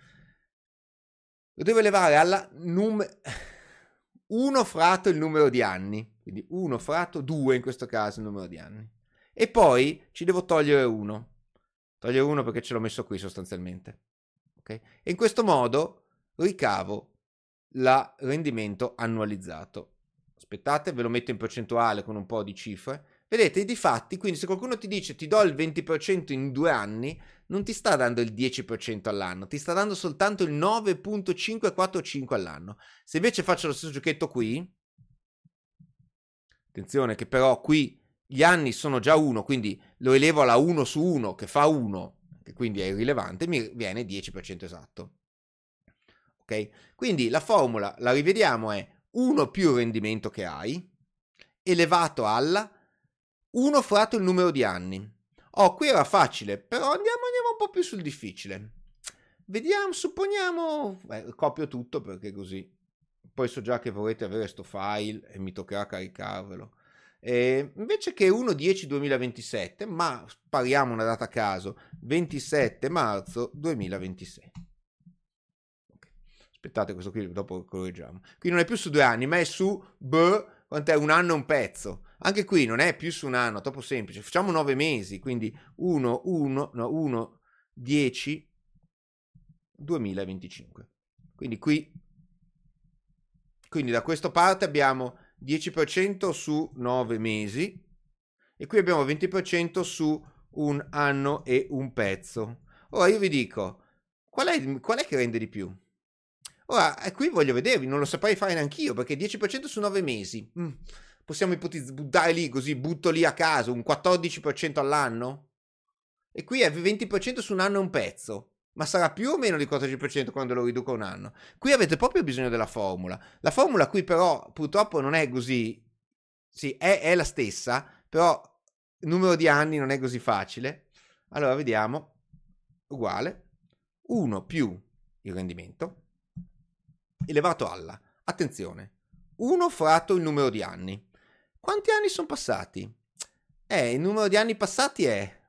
[SPEAKER 1] 1 fratto il numero di anni, quindi 1 fratto 2 in questo caso il numero di anni. E poi ci devo togliere 1. Togliere 1 perché ce l'ho messo qui sostanzialmente. Okay? E in questo modo ricavo il rendimento annualizzato. Aspettate, ve lo metto in percentuale con un po' di cifre. Vedete, di fatti, quindi se qualcuno ti dice ti do il 20% in 2 anni, non ti sta dando il 10% all'anno, ti sta dando soltanto il 9,545 all'anno. Se invece faccio lo stesso giochetto qui, attenzione che però qui gli anni sono già 1, quindi lo elevo alla 1 su 1, che fa 1, che quindi è irrilevante, mi viene 10% esatto. Ok? Quindi la formula, la rivediamo, è 1 più il rendimento che hai, elevato alla 1 fratto il numero di anni. Oh, qui era facile, però andiamo un po' più sul difficile. Vediamo, supponiamo, copio tutto perché così. Poi so già che vorrete avere sto file e mi toccherà caricarvelo. Invece che 1-10-2027, ma spariamo una data a caso, 27 marzo 2026. Okay. Aspettate, questo qui dopo correggiamo. Qui non è più su 2 anni, ma è su quant'è? Un anno e un pezzo. Anche qui non è più su un anno, troppo semplice. Facciamo 9 mesi, quindi 1-10-2025. Quindi da questa parte abbiamo 10% su 9 mesi e qui abbiamo 20% su un anno e un pezzo. Ora io vi dico, qual è che rende di più? Ora, qui voglio vedervi, non lo saprei fare neanch'io, perché 10% su 9 mesi. Possiamo buttare lì, così, butto lì a caso, un 14% all'anno? E qui è 20% su un anno e un pezzo. Ma sarà più o meno di 14% quando lo riduco a un anno? Qui avete proprio bisogno della formula. La formula qui però purtroppo non è così. Sì, è la stessa, però il numero di anni non è così facile. Allora vediamo. Uguale. 1 più il rendimento elevato alla, attenzione, 1 fratto il numero di anni. Quanti anni sono passati? Il numero di anni passati è...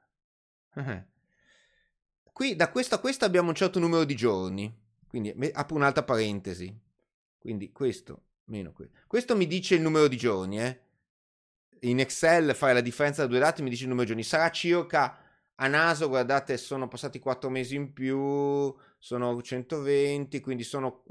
[SPEAKER 1] Qui da questo a questo abbiamo un certo numero di giorni, quindi apro un'altra parentesi, quindi questo meno questo. Questo mi dice il numero di giorni, In Excel fare la differenza tra due dati mi dice il numero di giorni, sarà circa, a naso guardate sono passati 4 mesi in più, sono 120, quindi sono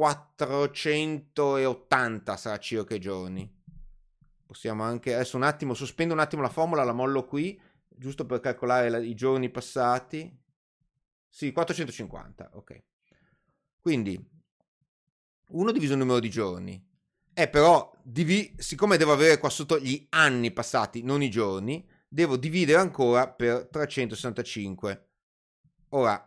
[SPEAKER 1] 480 sarà circa i giorni. Possiamo anche, adesso un attimo, sospendo un attimo la formula, la mollo qui, giusto per calcolare i giorni passati. Sì, 450, ok. Quindi 1 diviso il numero di giorni. Però, siccome devo avere qua sotto gli anni passati, non i giorni, devo dividere ancora per 365. Ora,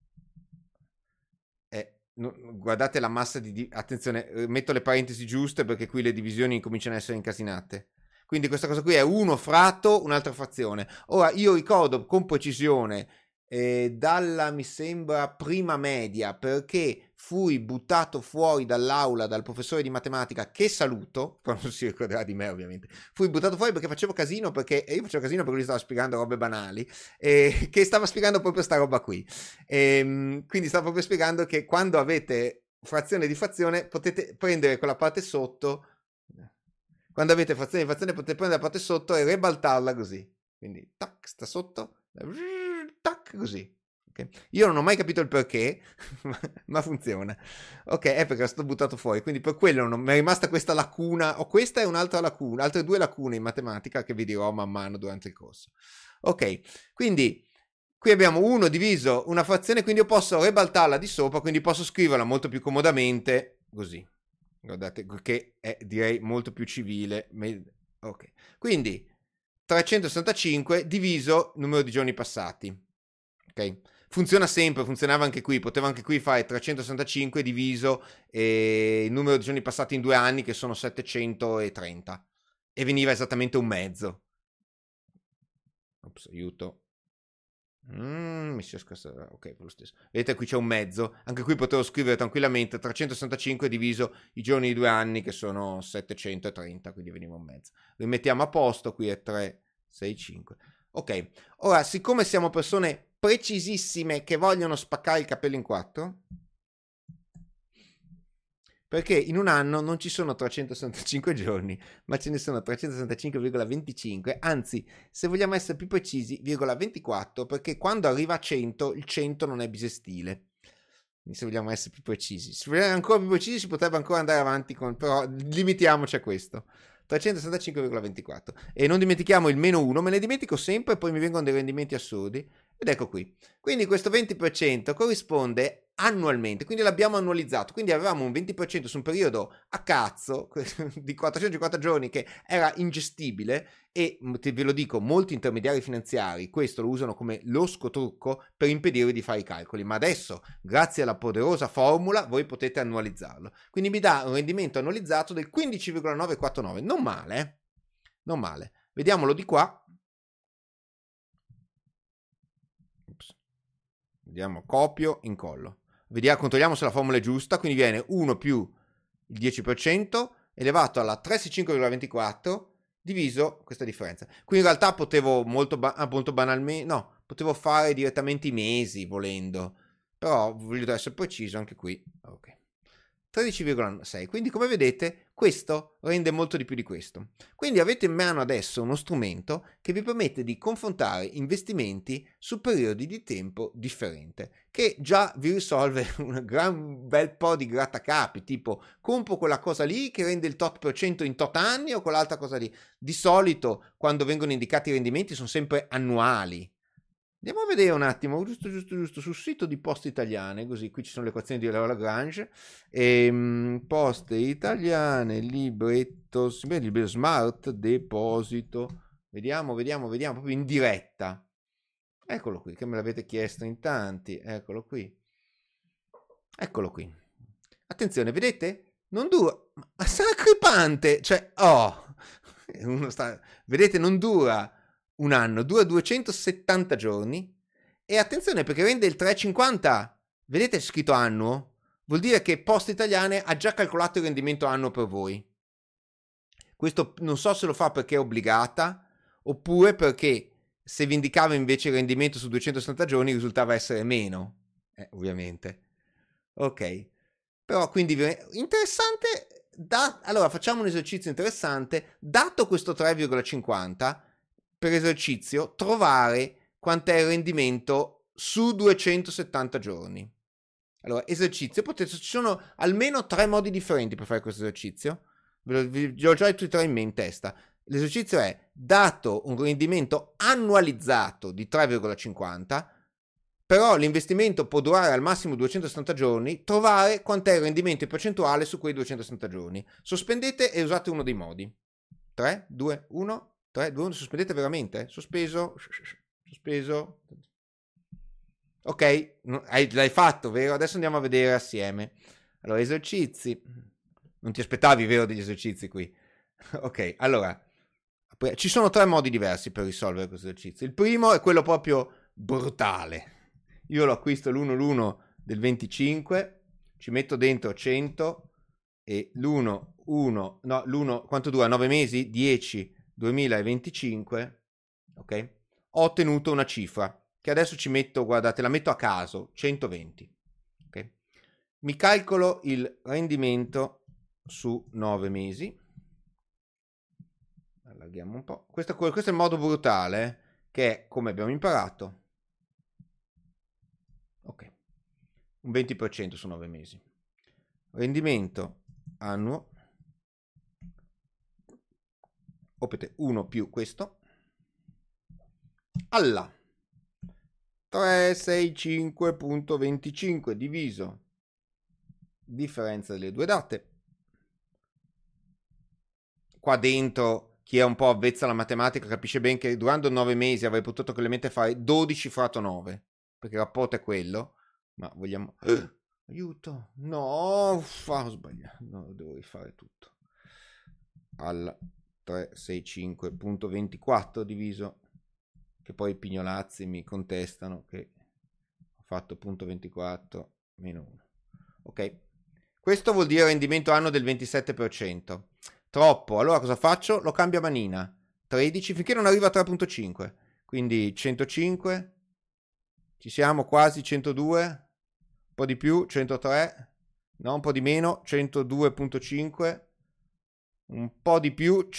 [SPEAKER 1] guardate la massa di... Attenzione, metto le parentesi giuste perché qui le divisioni cominciano a essere incasinate. Quindi questa cosa qui è 1 fratto un'altra frazione. Ora, io ricordo con precisione dalla, mi sembra, prima media, perché fui buttato fuori dall'aula dal professore di matematica, che saluto, poi non si ricorderà di me ovviamente, fui buttato fuori perché facevo casino, perché io facevo casino perché lui stava spiegando robe banali, che stava spiegando proprio sta roba qui, quindi stava proprio spiegando che quando avete frazione di frazione potete prendere quella parte sotto, quando avete frazione di frazione potete prendere la parte sotto e ribaltarla così, quindi tac, sta sotto, tac, così. Okay. Io non ho mai capito il perché, ma funziona. Ok, è perché sto buttato fuori, quindi per quello mi è rimasta questa lacuna, o questa è un'altra lacuna, altre 2 lacune in matematica che vi dirò man mano durante il corso. Ok, quindi qui abbiamo 1 diviso una frazione, quindi io posso ribaltarla di sopra, quindi posso scriverla molto più comodamente, così. Guardate, che è direi molto più civile, Ok, quindi 365 diviso numero di giorni passati. Ok, funziona sempre, funzionava anche qui, potevo anche qui fare 365 diviso il numero di giorni passati in 2 anni che sono 730 e veniva esattamente un mezzo. Ops, aiuto. Mi si è scassato. Ok, per lo stesso. Vedete, qui c'è un mezzo. Anche qui potevo scrivere tranquillamente 365 diviso i giorni di 2 anni che sono 730, quindi veniva un mezzo. Rimettiamo a posto, qui è 3, 6, 5. Ok, ora siccome siamo persone precisissime che vogliono spaccare il capello in 4, perché in un anno non ci sono 365 giorni, ma ce ne sono 365,25, anzi, se vogliamo essere più precisi, 24, perché quando arriva a 100, il 100 non è bisestile. Quindi se vogliamo essere più precisi. Se vogliamo ancora più precisi si potrebbe ancora andare avanti, però limitiamoci a questo. 365,24. E non dimentichiamo il meno 1, me ne dimentico sempre e poi mi vengono dei rendimenti assurdi. Ed ecco qui. Quindi questo 20% corrisponde annualmente, quindi l'abbiamo annualizzato, quindi avevamo un 20% su un periodo a cazzo di 450 giorni che era ingestibile e ve lo dico, molti intermediari finanziari questo lo usano come losco trucco per impedire di fare i calcoli, ma adesso grazie alla poderosa formula voi potete annualizzarlo, quindi mi dà un rendimento annualizzato del 15,949, non male, non male. Vediamolo di qua. Ops. Vediamo, copio, incollo. Vediamo, controlliamo se la formula è giusta, quindi viene 1 più il 10% elevato alla 365,24 diviso questa differenza. Qui in realtà potevo molto banalmente, no, potevo fare direttamente i mesi volendo, però voglio essere preciso anche qui. Ok. 13,6. Quindi come vedete questo rende molto di più di questo. Quindi avete in mano adesso uno strumento che vi permette di confrontare investimenti su periodi di tempo differente, che già vi risolve un gran bel po' di grattacapi, tipo compro quella cosa lì che rende il tot per cento in tot anni o quell'altra cosa lì. Di solito quando vengono indicati i rendimenti sono sempre annuali. Andiamo a vedere un attimo, giusto, sul sito di Poste Italiane, così qui ci sono le equazioni di Lagrange, Poste Italiane, libretto smart, deposito, vediamo, proprio in diretta. Eccolo qui, che me l'avete chiesto in tanti, eccolo qui. Attenzione, vedete? Non dura, ma sarà crepante, cioè, vedete, non dura un anno, dura 270 giorni e attenzione perché rende il 3,50, vedete scritto annuo? Vuol dire che Poste Italiane ha già calcolato il rendimento annuo per voi. Questo non so se lo fa perché è obbligata oppure perché se vi indicava invece il rendimento su 260 giorni risultava essere meno, ovviamente. Ok, però quindi interessante. Allora facciamo un esercizio interessante. Dato questo 3,50 per esercizio, trovare quant'è il rendimento su 270 giorni. Allora, esercizio, ci sono almeno 3 modi differenti per fare questo esercizio. Vi ho già tutti e 3 in testa. L'esercizio è, dato un rendimento annualizzato di 3,50, però l'investimento può durare al massimo 270 giorni, trovare quant'è il rendimento percentuale su quei 270 giorni. Sospendete e usate uno dei modi. 3, 2, 1, 3, 2, 1, sospendete veramente? Sospeso. Ok, l'hai fatto, vero? Adesso andiamo a vedere assieme. Allora, esercizi. Non ti aspettavi, vero, degli esercizi qui? Ok, allora, ci sono 3 modi diversi per risolvere questo esercizio. Il primo è quello proprio brutale. Io lo acquisto l'1 del 25, ci metto dentro 100 e l'1, quanto dura? 9 mesi? 10, 2025, ok? Ho ottenuto una cifra che adesso ci metto, guardate, la metto a caso, 120, ok? Mi calcolo il rendimento su 9 mesi. Allarghiamo un po'. Questo è il modo brutale, che è come abbiamo imparato. Ok, un 20% su 9 mesi. Rendimento annuo, opete 1 più questo, alla 365.25 diviso differenza delle due date. Qua dentro chi è un po' avvezza alla matematica capisce ben che durando 9 mesi avrei potuto tranquillamente fare 12 fratto 9, perché il rapporto è quello, ma vogliamo... aiuto, no, ho sbagliato, no, devo rifare tutto. Al 365.24 diviso, che poi i pignolazzi mi contestano che ho fatto punto 24 meno 1. Ok, questo vuol dire rendimento anno del 27%. Troppo, allora cosa faccio? Lo cambio a manina, 13 finché non arriva a 3.5, quindi 105, ci siamo quasi, 102, un po' di più, 103, no, un po' di meno, 102.5, un po' di più,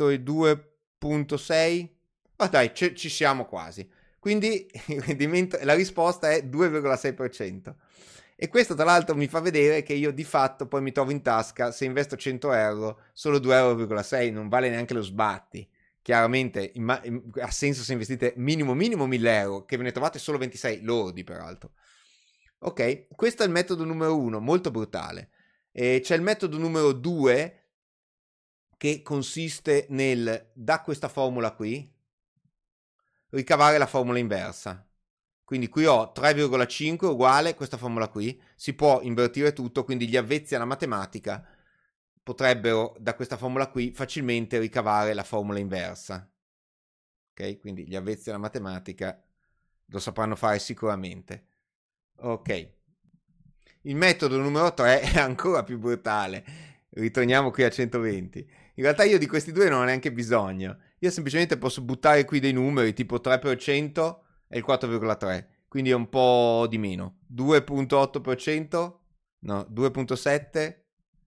[SPEAKER 1] 102.6, ma dai, ci siamo quasi. Quindi il rendimento, la risposta è 2,6%. E questo tra l'altro mi fa vedere che io di fatto poi mi trovo in tasca, se investo 100 euro, solo 2,6 euro, non vale neanche lo sbatti. Chiaramente ha senso se investite minimo 1000 euro, che ve ne trovate solo 26 lordi peraltro. Ok, questo è il metodo numero 1, molto brutale. E c'è il metodo numero 2 che consiste nel, da questa formula qui, ricavare la formula inversa. Quindi qui ho 3,5 uguale questa formula qui, si può invertire tutto, quindi gli avvezzi alla matematica potrebbero da questa formula qui facilmente ricavare la formula inversa. Ok, quindi gli avvezzi alla matematica lo sapranno fare sicuramente. Ok, il metodo numero 3 è ancora più brutale, ritorniamo qui a 120. In realtà io di questi due non ho neanche bisogno, io semplicemente posso buttare qui dei numeri tipo 3% e il 4,3, quindi è un po' di meno, 2,8%, no, 2,7,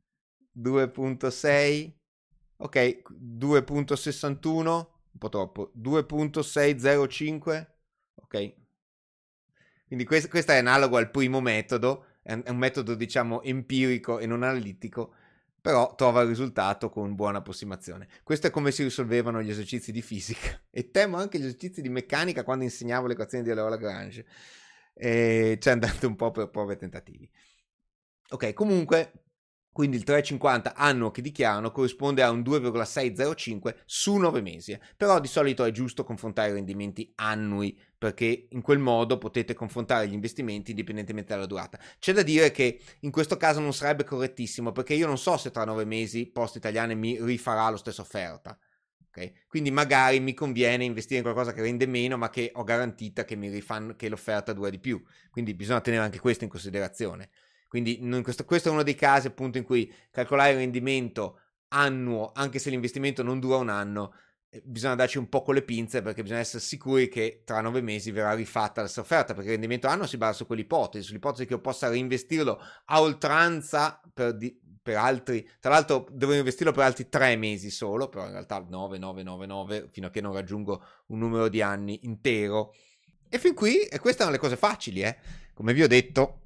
[SPEAKER 1] 2,6, ok, 2,61, un po' troppo, 2,605, ok. Quindi questo è analogo al primo metodo, è un metodo diciamo empirico e non analitico, però trova il risultato con buona approssimazione. Questo è come si risolvevano gli esercizi di fisica e temo anche gli esercizi di meccanica quando insegnavo le equazioni di Lagrange. C'è andato un po' per prove e tentativi. Ok, comunque, quindi il 3,50 annuo che dichiarano corrisponde a un 2,605 su 9 mesi. Però di solito è giusto confrontare i rendimenti annui, perché in quel modo potete confrontare gli investimenti indipendentemente dalla durata. C'è da dire che in questo caso non sarebbe correttissimo, perché io non so se tra 9 mesi Poste Italiane mi rifarà la stessa offerta. Okay? Quindi magari mi conviene investire in qualcosa che rende meno, ma che ho garantita che mi rifanno, che l'offerta dura di più. Quindi bisogna tenere anche questo in considerazione. Quindi questo è uno dei casi appunto in cui calcolare il rendimento annuo, anche se l'investimento non dura un anno, bisogna darci un po' con le pinze, perché bisogna essere sicuri che tra 9 mesi verrà rifatta la stessa offerta, perché il rendimento annuo si basa su quell'ipotesi, sull'ipotesi che io possa reinvestirlo a oltranza per altri, tra l'altro devo investirlo per altri 3 mesi solo, però in realtà 9 fino a che non raggiungo un numero di anni intero. E fin qui, e queste sono le cose facili, come vi ho detto.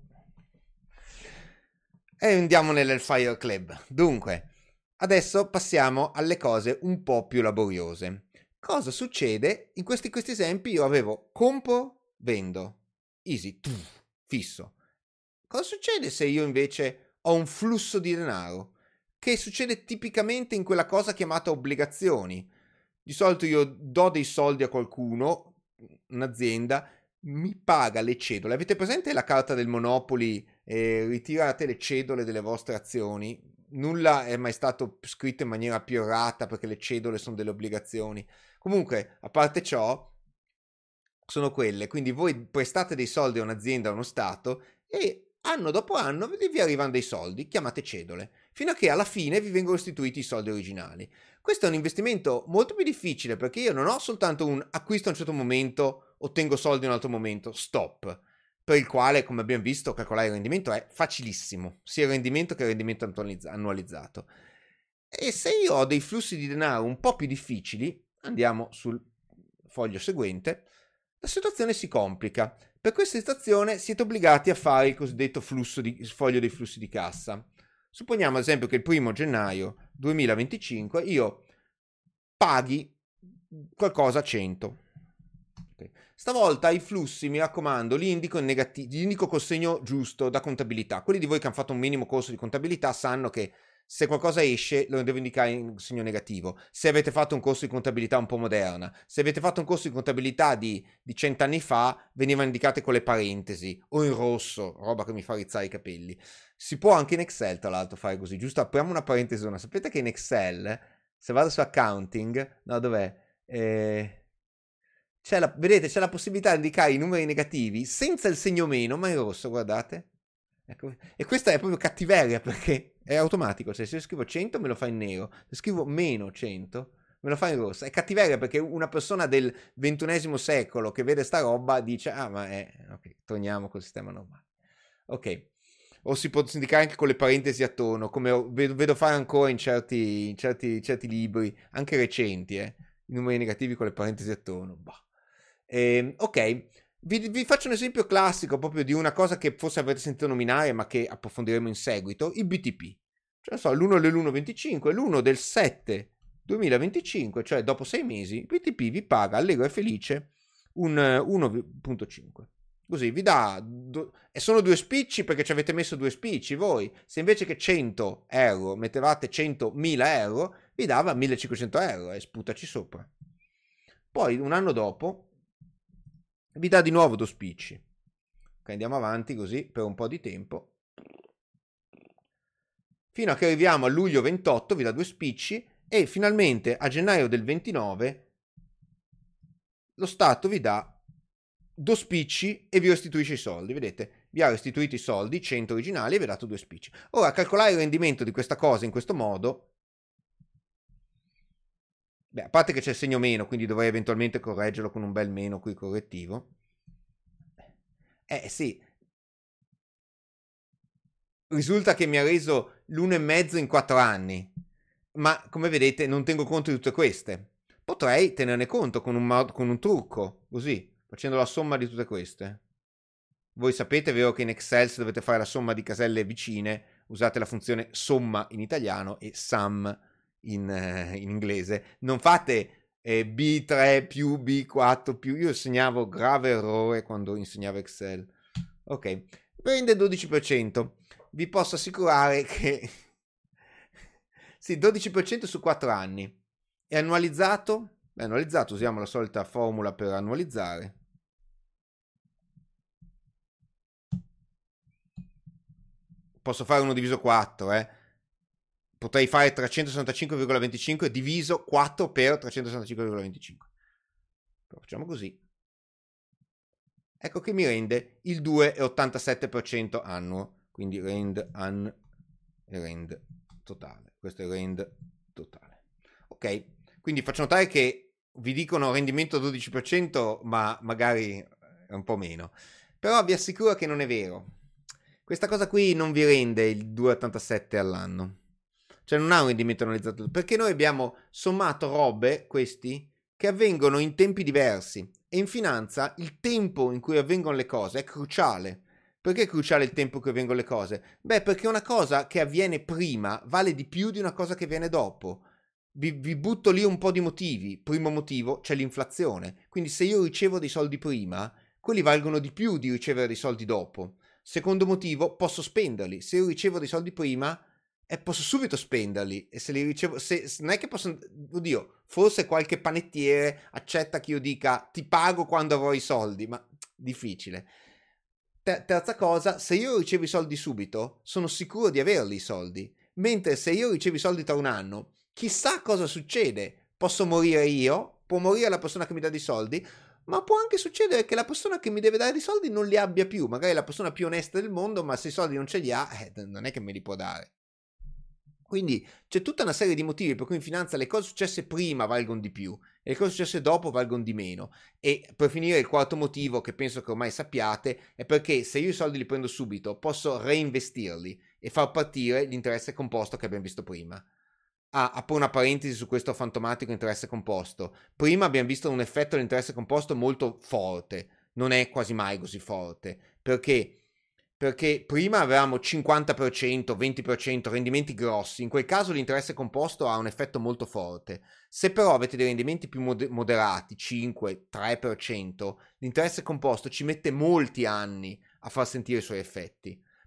[SPEAKER 1] E andiamo nell'Hellfire Club. Dunque, adesso passiamo alle cose un po' più laboriose. Cosa succede? In questi esempi io avevo compro, vendo, easy, fisso. Cosa succede se io invece ho un flusso di denaro? Che succede tipicamente in quella cosa chiamata obbligazioni. Di solito io do dei soldi a qualcuno, un'azienda, mi paga le cedole. Avete presente la carta del Monopoly? Ritirate le cedole delle vostre azioni. Nulla è mai stato scritto in maniera più errata, perché le cedole sono delle obbligazioni. Comunque, a parte ciò, sono quelle. Quindi voi prestate dei soldi a un'azienda, a uno Stato, e anno dopo anno vi arrivano dei soldi, chiamate cedole, fino a che alla fine vi vengono restituiti i soldi originali. Questo è un investimento molto più difficile, perché io non ho soltanto un acquisto a un certo momento, ottengo soldi in un altro momento, stop, per il quale, come abbiamo visto, calcolare il rendimento è facilissimo, sia il rendimento che il rendimento annualizzato. E se io ho dei flussi di denaro un po' più difficili, andiamo sul foglio seguente, la situazione si complica. Per questa situazione siete obbligati a fare il cosiddetto foglio dei flussi di cassa. Supponiamo ad esempio che il 1 gennaio 2025 io paghi qualcosa a 100. Okay. Stavolta i flussi, mi raccomando, li indico in negativo, li indico col segno giusto da contabilità. Quelli di voi che hanno fatto un minimo corso di contabilità sanno che Se qualcosa esce, lo devo indicare in segno negativo. Se avete fatto un corso di contabilità un po' moderna, se avete fatto un corso di contabilità di 100 anni fa, venivano indicate con le parentesi o in rosso, roba che mi fa rizzare i capelli. Si può anche in Excel, tra l'altro, fare così. Giusto, apriamo una parentesi. Sapete che in Excel, se vado su accounting, no, dov'è? Vedete, c'è la possibilità di indicare i numeri negativi senza il segno meno, ma in rosso, guardate. Ecco. E questa è proprio cattiveria perché è automatico. Cioè, se io scrivo 100 me lo fa in nero, se scrivo meno 100 me lo fa in rosso. È cattiveria perché una persona del XXI secolo che vede sta roba dice: ah, ma è ok, torniamo col sistema normale. Ok. O si può indicare anche con le parentesi attorno, come vedo fare ancora in certi libri, anche recenti, i numeri negativi con le parentesi attorno. Bah. Ok, vi faccio un esempio classico proprio di una cosa che forse avrete sentito nominare, ma che approfondiremo in seguito, il BTP. Cioè, non so, l'1 dell'1,25, l'1 del 7 2025, cioè dopo 6 mesi, il BTP vi paga allegro e felice un 1,5. Così vi dà, e sono due spicci perché ci avete messo due spicci voi. Se invece che 100 euro mettevate 100.000 euro, vi dava 1.500 euro e sputaci sopra. Poi un anno dopo vi dà di nuovo due spicci. Ok, andiamo avanti così per un po' di tempo. Fino a che arriviamo a luglio 28, vi dà due spicci e finalmente a gennaio del 29 lo Stato vi dà due spicci e vi restituisce i soldi. Vedete, vi ha restituito i soldi, 100 originali, e vi ha dato due spicci. Ora, calcolare il rendimento di questa cosa in questo modo, beh, a parte che c'è il segno meno, quindi dovrei eventualmente correggerlo con un bel meno qui correttivo. Sì. Risulta che mi ha reso l'1,5 in 4 anni, ma come vedete non tengo conto di tutte queste. Potrei tenerne conto con un trucco, così, facendo la somma di tutte queste. Voi sapete, vero, che in Excel se dovete fare la somma di caselle vicine, usate la funzione somma in italiano e sum in inglese. Non fate B3 più B4 più... Io segnavo grave errore quando insegnavo Excel. Ok, prende il 12%. Vi posso assicurare che... sì, 12% su 4 anni. È annualizzato? È annualizzato, usiamo la solita formula per annualizzare. Posso fare 1 diviso 4, Potrei fare 365,25 diviso 4 per 365,25. Però facciamo così. Ecco che mi rende il 2,87% annuo. Quindi rend totale. Questo è il rend totale. Ok, quindi faccio notare che vi dicono rendimento 12%, ma magari è un po' meno. Però vi assicuro che non è vero. Questa cosa qui non vi rende il 2,87 all'anno. Cioè non ha un rendimento analizzato. Perché noi abbiamo sommato robe, questi, che avvengono in tempi diversi. E in finanza il tempo in cui avvengono le cose è cruciale. Perché è cruciale il tempo in cui avvengono le cose? Beh, perché una cosa che avviene prima vale di più di una cosa che avviene dopo. Vi butto lì un po' di motivi. Primo motivo, c'è l'inflazione. Quindi se io ricevo dei soldi prima, quelli valgono di più di ricevere dei soldi dopo. Secondo motivo, posso spenderli. Se io ricevo dei soldi prima, posso subito spenderli. E se li ricevo, non è che posso, oddio, forse qualche panettiere accetta che io dica ti pago quando avrò i soldi, ma difficile. Terza cosa, se io ricevo i soldi subito, sono sicuro di averli i soldi. Mentre se io ricevo i soldi tra un anno, chissà cosa succede. Posso morire io, può morire la persona che mi dà dei soldi, ma può anche succedere che la persona che mi deve dare i soldi non li abbia più. Magari è la persona più onesta del mondo, ma se i soldi non ce li ha, non è che me li può dare. Quindi c'è tutta una serie di motivi per cui in finanza le cose successe prima valgono di più e le cose successe dopo valgono di meno. E per finire il quarto motivo, che penso che ormai sappiate, è perché se io i soldi li prendo subito posso reinvestirli e far partire l'interesse composto che abbiamo visto prima. Apro una parentesi su questo fantomatico interesse composto. Prima abbiamo visto un effetto dell'interesse composto molto forte, non è quasi mai così forte, perché prima avevamo 50%, 20% rendimenti grossi, in quel caso l'interesse composto ha un effetto molto forte. Se però avete dei rendimenti più moderati, 5, 3%, l'interesse composto ci mette molti anni a far sentire i suoi effetti.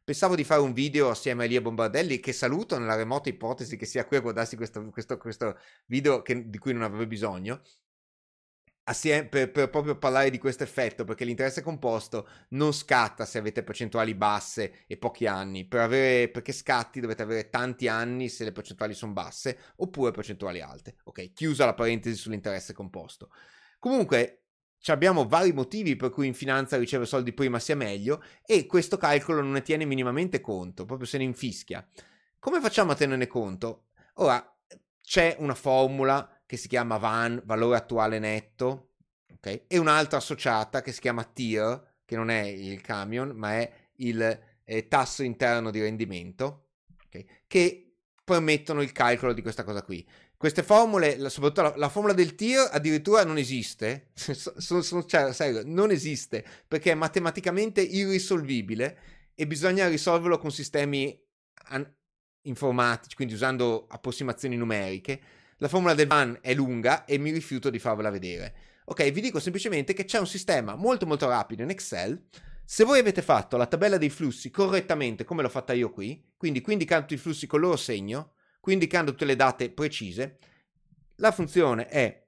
[SPEAKER 1] Pensavo di fare un video assieme a Elia Bombardelli, che saluto nella remota ipotesi che sia qui a guardarsi questo video di cui non avevo bisogno, assieme, per proprio parlare di questo effetto, perché l'interesse composto non scatta se avete percentuali basse e pochi anni. Perché scatti dovete avere tanti anni se le percentuali sono basse, oppure percentuali alte. Ok, chiusa la parentesi sull'interesse composto. Comunque, abbiamo vari motivi per cui in finanza ricevere soldi prima sia meglio, e questo calcolo non ne tiene minimamente conto, proprio se ne infischia. Come facciamo a tenerne conto? Ora, c'è una formula che si chiama VAN, valore attuale netto, okay? E un'altra associata che si chiama TIR, che non è il camion, ma è il tasso interno di rendimento, okay? Che permettono il calcolo di questa cosa qui. Queste formule, soprattutto la formula del TIR addirittura non esiste, cioè, serio, non esiste, perché è matematicamente irrisolvibile e bisogna risolverlo con sistemi informatici, quindi usando approssimazioni numeriche. La formula del VAN è lunga e mi rifiuto di farvela vedere. Ok, vi dico semplicemente che c'è un sistema molto molto rapido in Excel. Se voi avete fatto la tabella dei flussi correttamente, come l'ho fatta io qui indicando tutti i flussi col loro segno, qui indicando tutte le date precise, la funzione è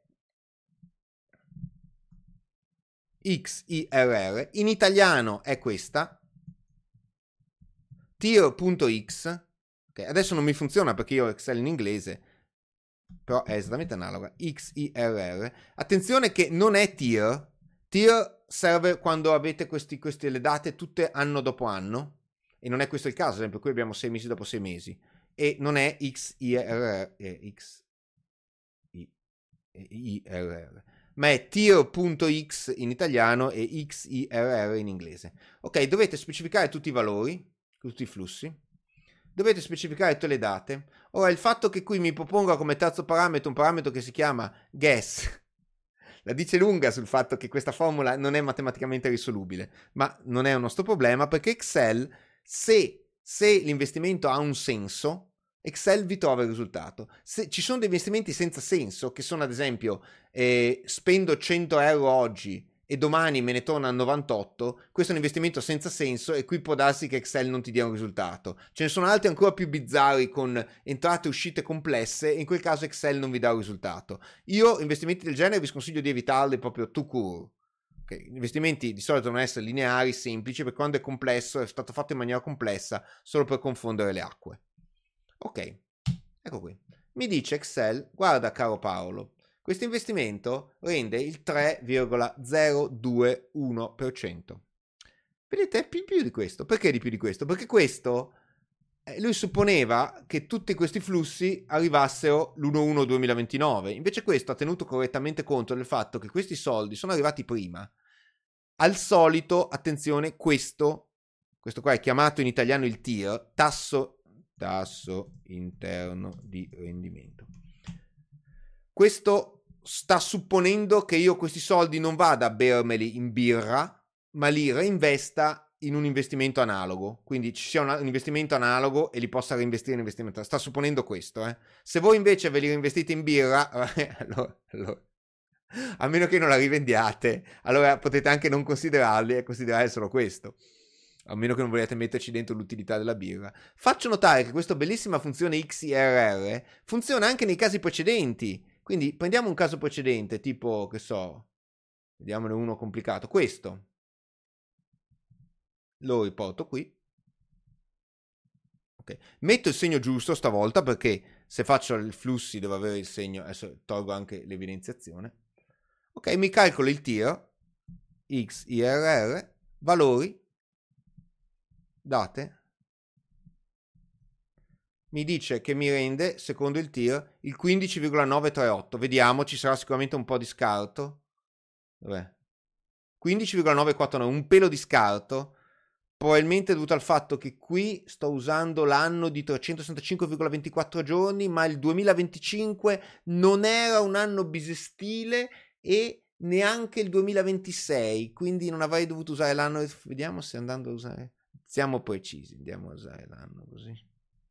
[SPEAKER 1] XIRR, in italiano è questa, TIR.x, okay, adesso non mi funziona perché io ho Excel in inglese, però è esattamente analoga, XIRR. Attenzione che non è TIR. TIR serve quando avete queste le date tutte anno dopo anno, e non è questo il caso, ad esempio qui abbiamo 6 mesi dopo 6 mesi, e non è XIRR, ma è TIR.x in italiano e XIRR in inglese. Ok, dovete specificare tutti i valori, tutti i flussi, dovete specificare tutte le date. Ora, il fatto che qui mi proponga come terzo parametro un parametro che si chiama guess la dice lunga sul fatto che questa formula non è matematicamente risolubile, ma non è un nostro problema, perché Excel, se l'investimento ha un senso, Excel vi trova il risultato. Se ci sono dei investimenti senza senso, che sono ad esempio spendo 100 euro oggi e domani me ne torna a 98, questo è un investimento senza senso e qui può darsi che Excel non ti dia un risultato. Ce ne sono altri ancora più bizzarri con entrate e uscite complesse e in quel caso Excel non vi dà un risultato. Io investimenti del genere vi sconsiglio di evitarli proprio tout court. Okay. Gli investimenti di solito devono essere lineari, semplici, perché quando è complesso è stato fatto in maniera complessa solo per confondere le acque. Ok, ecco qui. Mi dice Excel, guarda caro Paolo, questo investimento rende il 3,021%. Vedete, è più di questo. Perché di più di questo? Perché questo, lui supponeva che tutti questi flussi arrivassero l'1/1/2029. Invece questo ha tenuto correttamente conto del fatto che questi soldi sono arrivati prima. Al solito, attenzione, questo qua è chiamato in italiano il TIR, tasso interno di rendimento. Questo sta supponendo che io questi soldi non vada a bermeli in birra, ma li reinvesta in un investimento analogo. Quindi ci sia un investimento analogo e li possa reinvestire in investimento. Sta supponendo questo. Se voi invece ve li reinvestite in birra, allora, a meno che non la rivendiate, allora potete anche non considerarli e considerare solo questo. A meno che non vogliate metterci dentro l'utilità della birra. Faccio notare che questa bellissima funzione XIRR funziona anche nei casi precedenti. Quindi prendiamo un caso precedente, tipo, che so, vediamone uno complicato. Questo. Lo riporto qui. Ok. Metto il segno giusto stavolta perché se faccio i flussi devo avere il segno. Adesso tolgo anche l'evidenziazione. Ok, mi calcolo il TIR, XIRR, valori, date. Mi dice che mi rende, secondo il TIR, il 15,938. Vediamo, ci sarà sicuramente un po' di scarto. Dov'è? 15,949, un pelo di scarto, probabilmente dovuto al fatto che qui sto usando l'anno di 365,24 giorni, ma il 2025 non era un anno bisestile e neanche il 2026, quindi non avrei dovuto usare l'anno. Vediamo se andando a usare, siamo precisi, andiamo a usare l'anno così.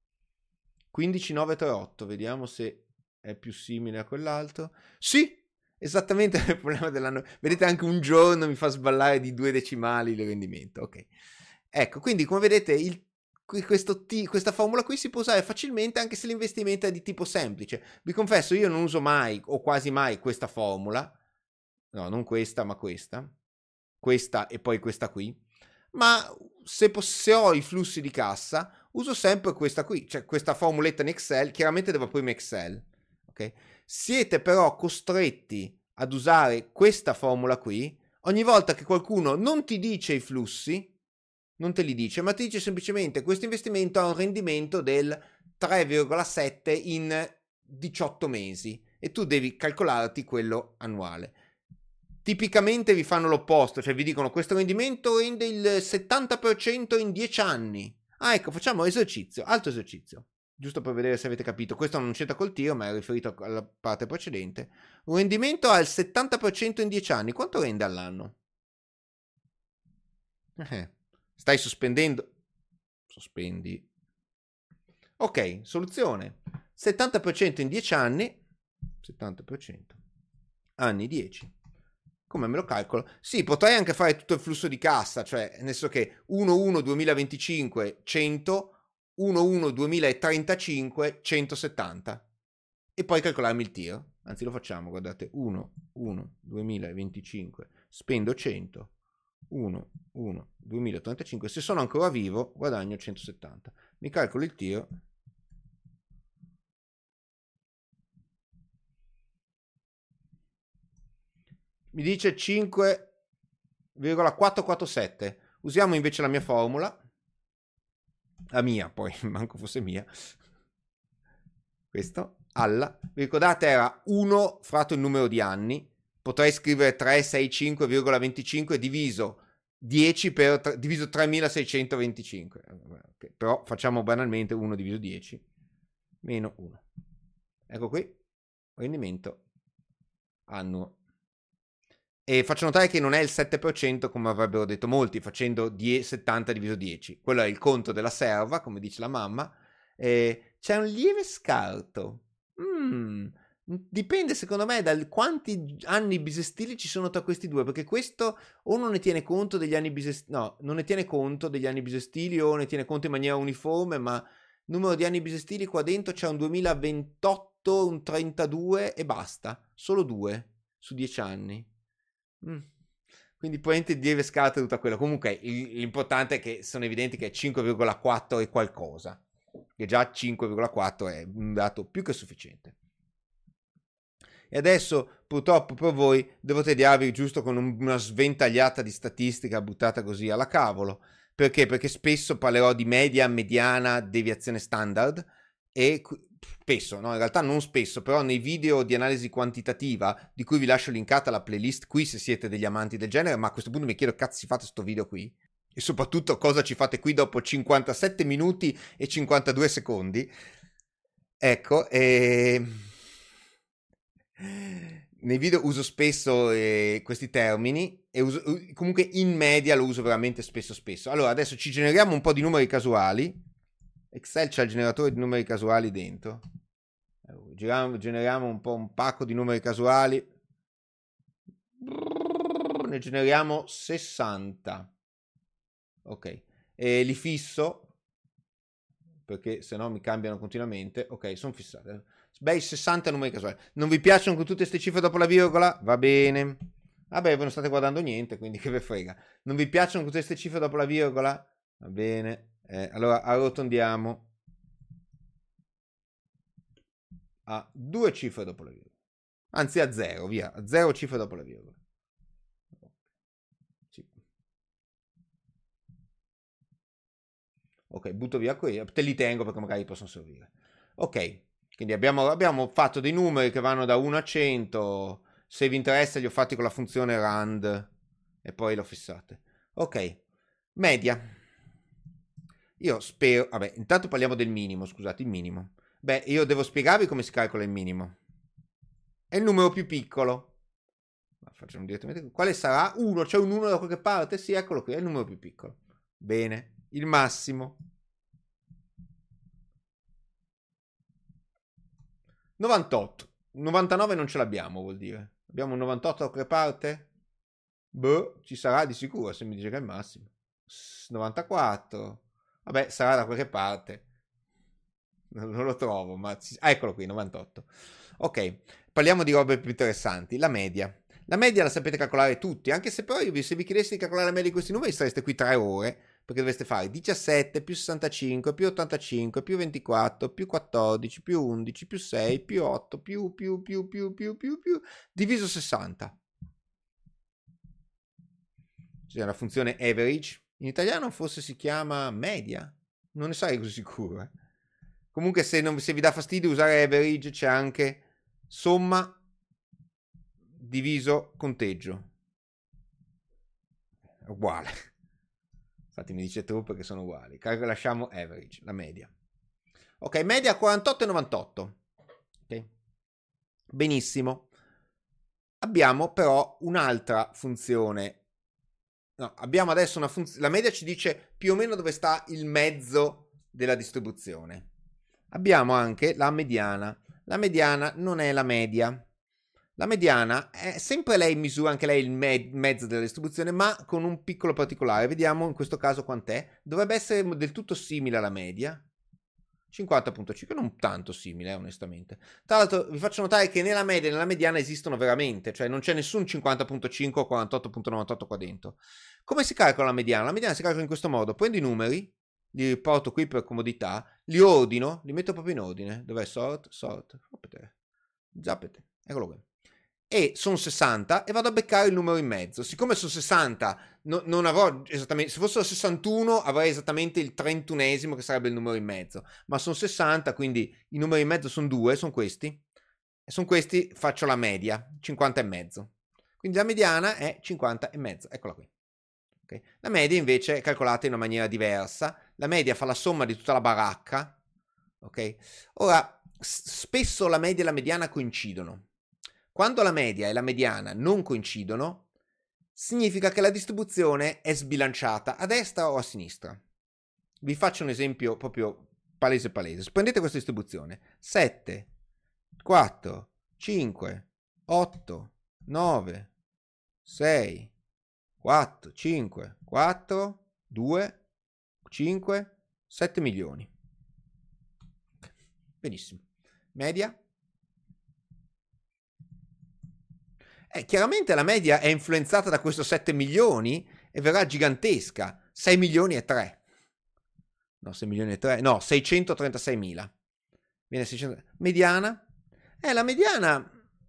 [SPEAKER 1] 15,938, vediamo se è più simile a quell'altro. Sì, esattamente il problema dell'anno. Vedete, anche un giorno mi fa sballare di 2 decimali il rendimento. Ok. Ecco, quindi come vedete questa formula qui si può usare facilmente anche se l'investimento è di tipo semplice. Vi confesso, io non uso mai o quasi mai questa formula, no, non questa, ma questa e poi questa qui, ma se ho i flussi di cassa uso sempre questa qui, cioè questa formuletta in Excel. Chiaramente devo aprirmi Excel, ok? Siete però costretti ad usare questa formula qui ogni volta che qualcuno non ti dice i flussi, non te li dice, ma ti dice semplicemente questo investimento ha un rendimento del 3,7 in 18 mesi e tu devi calcolarti quello annuale. Tipicamente vi fanno l'opposto, cioè vi dicono questo rendimento rende il 70% in 10 anni. Ah, ecco, facciamo esercizio, altro esercizio, giusto per vedere se avete capito. Questo non c'entra col tiro, ma è riferito alla parte precedente. Un rendimento al 70% in 10 anni, quanto rende all'anno? Stai sospendendo? Sospendi. Ok, soluzione. 70% in 10 anni, 70% anni 10. Come me lo calcolo? Sì, potrei anche fare tutto il flusso di cassa, cioè nel senso che 1-1-2025 100, 1-1-2035 170 e poi calcolarmi il tiro. Anzi lo facciamo, guardate, 1-1-2025 spendo 100, 1-1-2035, se sono ancora vivo guadagno 170. Mi calcolo il tiro. Mi dice 5,447. Usiamo invece la mia formula. La mia, poi manco fosse mia. Questo, alla. Vi ricordate era 1 fratto il numero di anni. Potrei scrivere 365,25 diviso 10 per diviso 3625. Okay, però facciamo banalmente 1 diviso 10 meno 1. Ecco qui, rendimento annuo. E faccio notare che non è il 7% come avrebbero detto molti, facendo 70 diviso 10. Quello è il conto della serva, come dice la mamma. C'è un lieve scarto. Dipende secondo me da quanti anni bisestili ci sono tra questi due, perché questo o non ne tiene conto degli anni bisestili, no, non ne tiene conto degli anni bisestili o ne tiene conto in maniera uniforme, ma numero di anni bisestili qua dentro c'è un 2028, un 32 e basta, solo 2 su 10 anni. Quindi probabilmente deve scartare tutta quella. Comunque l'importante è che sono evidenti che è 5,4 e qualcosa, che già 5,4 è un dato più che sufficiente. E adesso purtroppo per voi devo tediarvi giusto con una sventagliata di statistica buttata così alla cavolo. Perché? Perché spesso parlerò di media, mediana, deviazione standard e spesso, no, in realtà non spesso, però nei video di analisi quantitativa, di cui vi lascio linkata la playlist qui se siete degli amanti del genere, ma a questo punto mi chiedo cazzo si fate sto video qui? E soprattutto cosa ci fate qui dopo 57 minuti e 52 secondi? Ecco, nei video uso spesso questi termini e comunque in media lo uso veramente spesso. Allora adesso ci generiamo un po' di numeri casuali. Excel c'ha il generatore di numeri casuali dentro. Generiamo un pacco di numeri casuali. Ne generiamo 60. Ok. E li fisso perché se no mi cambiano continuamente. Ok, sono fissati. Bei 60 numeri casuali. Non vi piacciono con tutte queste cifre dopo la virgola? Va bene. Vabbè, voi non state guardando niente, quindi che ve frega. Non vi piacciono con tutte queste cifre dopo la virgola? Va bene. Allora arrotondiamo a 2 cifre dopo la virgola. Anzi a 0, via. A 0 cifre dopo la virgola. Sì. Ok, butto via qui. Te li tengo perché magari possono servire. Ok, quindi abbiamo fatto dei numeri che vanno da 1 a 100. Se vi interessa li ho fatti con la funzione rand e poi l'ho fissate. Ok, media. Io spero... Vabbè, intanto parliamo del minimo, scusate, il minimo. Beh, io devo spiegarvi come si calcola il minimo. È il numero più piccolo. Facciamo direttamente. Quale sarà? 1, c'è un 1 da qualche parte? Sì, eccolo qui, è il numero più piccolo. Bene, il massimo. 98. 99 non ce l'abbiamo, vuol dire. Abbiamo un 98 da qualche parte? Boh, ci sarà di sicuro se mi dice che è il massimo. 94. Vabbè, sarà da qualche parte. Non lo trovo, ma eccolo qui, 98. Ok, parliamo di robe più interessanti. La media. La media la sapete calcolare tutti, anche se poi se vi chiedessi di calcolare la media di questi numeri sareste qui 3 ore, perché dovreste fare 17 più 65 più 85 più 24 più 14 più 11 più 6 più 8 più diviso 60. C'è la funzione average. In italiano forse si chiama media. Non ne sarei così sicuro. Comunque se vi dà fastidio usare average c'è anche somma diviso conteggio. È uguale. Infatti mi dice true perché sono uguali. Lasciamo average, la media. Ok, media 48,98. Ok. Benissimo. Abbiamo però un'altra funzione. No, abbiamo adesso una funzione. La media ci dice più o meno dove sta il mezzo della distribuzione. Abbiamo anche la mediana. La mediana non è la media. La mediana è sempre lei misura anche lei il mezzo della distribuzione, ma con un piccolo particolare. Vediamo in questo caso quant'è. Dovrebbe essere del tutto simile alla media. 50.5, non tanto simile, onestamente. Tra l'altro vi faccio notare che nella media e nella mediana esistono veramente, cioè non c'è nessun 50.5 o 48.98 qua dentro. Come si calcola la mediana? La mediana si calcola in questo modo. Prendo i numeri, li riporto qui per comodità, li ordino, li metto proprio in ordine. Dov'è? Sort, zappete, eccolo qui. E sono 60 e vado a beccare il numero in mezzo. Siccome sono 60, non avrò esattamente, se fossero 61 avrei esattamente il 31esimo che sarebbe il numero in mezzo, ma sono 60, quindi i numeri in mezzo sono 2, sono questi, e sono questi, faccio la media, 50 e mezzo. Quindi la mediana è 50 e mezzo, eccola qui. Okay. La media invece è calcolata in una maniera diversa, la media fa la somma di tutta la baracca, ok? Ora, spesso la media e la mediana coincidono. Quando la media e la mediana non coincidono, significa che la distribuzione è sbilanciata a destra o a sinistra. Vi faccio un esempio proprio palese. Prendete questa distribuzione. 7, 4, 5, 8, 9, 6, 4, 5, 4, 2, 5, 7 milioni. Benissimo. Media? Chiaramente la media è influenzata da questo 7 milioni e verrà gigantesca. 6 milioni e 3. No, 6 milioni e 3. No, 636 mila. Viene 600. Mediana? La mediana...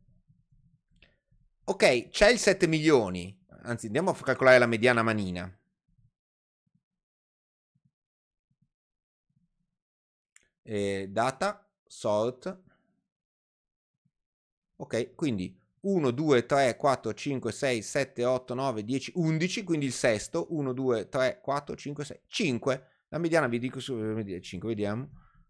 [SPEAKER 1] Ok, c'è il 7 milioni. Anzi, andiamo a calcolare la mediana manina. Data, sort. Ok, quindi 1, 2, 3, 4, 5, 6, 7, 8, 9, 10, 11, quindi il sesto, 1, 2, 3, 4, 5, 6, 5. La mediana vi dico su 5, vediamo.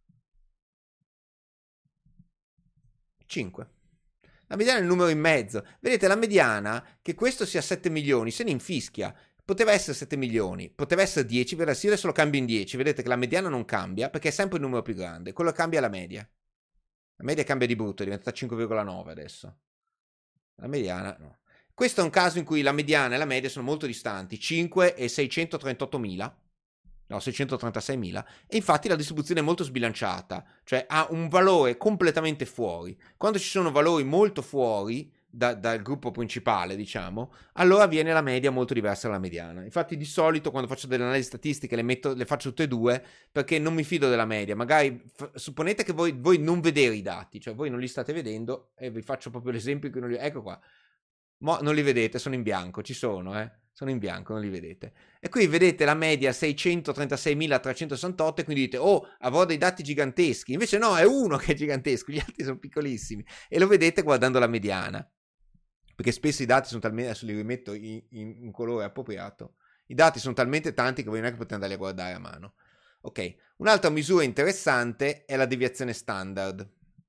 [SPEAKER 1] 5. La mediana è il numero in mezzo. Vedete, la mediana, che questo sia 7 milioni, se ne infischia. Poteva essere 7 milioni, poteva essere 10, vedete, se io adesso lo cambio in 10, vedete che la mediana non cambia, perché è sempre il numero più grande. Quello che cambia è la media. La media cambia di brutto, è diventata 5,9 adesso. La mediana no. Questo è un caso in cui la mediana e la media sono molto distanti, 5 e 638 mila, no, 636 mila, e infatti la distribuzione è molto sbilanciata, cioè ha un valore completamente fuori. Quando ci sono valori molto fuori dal gruppo principale, diciamo, allora viene la media molto diversa dalla mediana. Infatti di solito quando faccio delle analisi statistiche le faccio tutte e due, perché non mi fido della media. Magari supponete che voi non vedete i dati, cioè voi non li state vedendo, e vi faccio proprio l'esempio che non li... Ecco qua. Non li vedete, sono in bianco, ci sono, sono in bianco, non li vedete. E qui vedete la media 636.368 e quindi dite, oh, avrò dei dati giganteschi. Invece no, è uno che è gigantesco, gli altri sono piccolissimi. E lo vedete guardando la mediana. Perché spesso i dati sono talmente, adesso li rimetto in colore appropriato, i dati sono talmente tanti che voi non è che potete andarli a guardare a mano. Ok, un'altra misura interessante è la deviazione standard.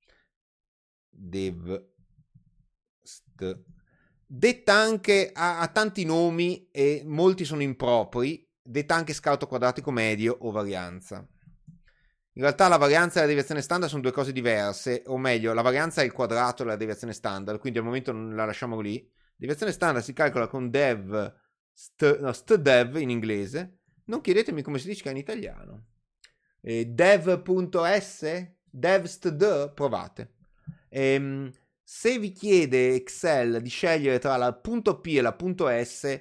[SPEAKER 1] Detta anche ha tanti nomi e molti sono impropri, detta anche scalto quadratico medio o varianza. In realtà la varianza e la deviazione standard sono due cose diverse, o meglio, la varianza è il quadrato della deviazione standard, quindi al momento non la lasciamo lì. Deviazione standard si calcola con stdev in inglese, Non chiedetemi come si dice in italiano. Dev.s? Devstd? Provate. Se vi chiede Excel di scegliere tra la .p e la .s,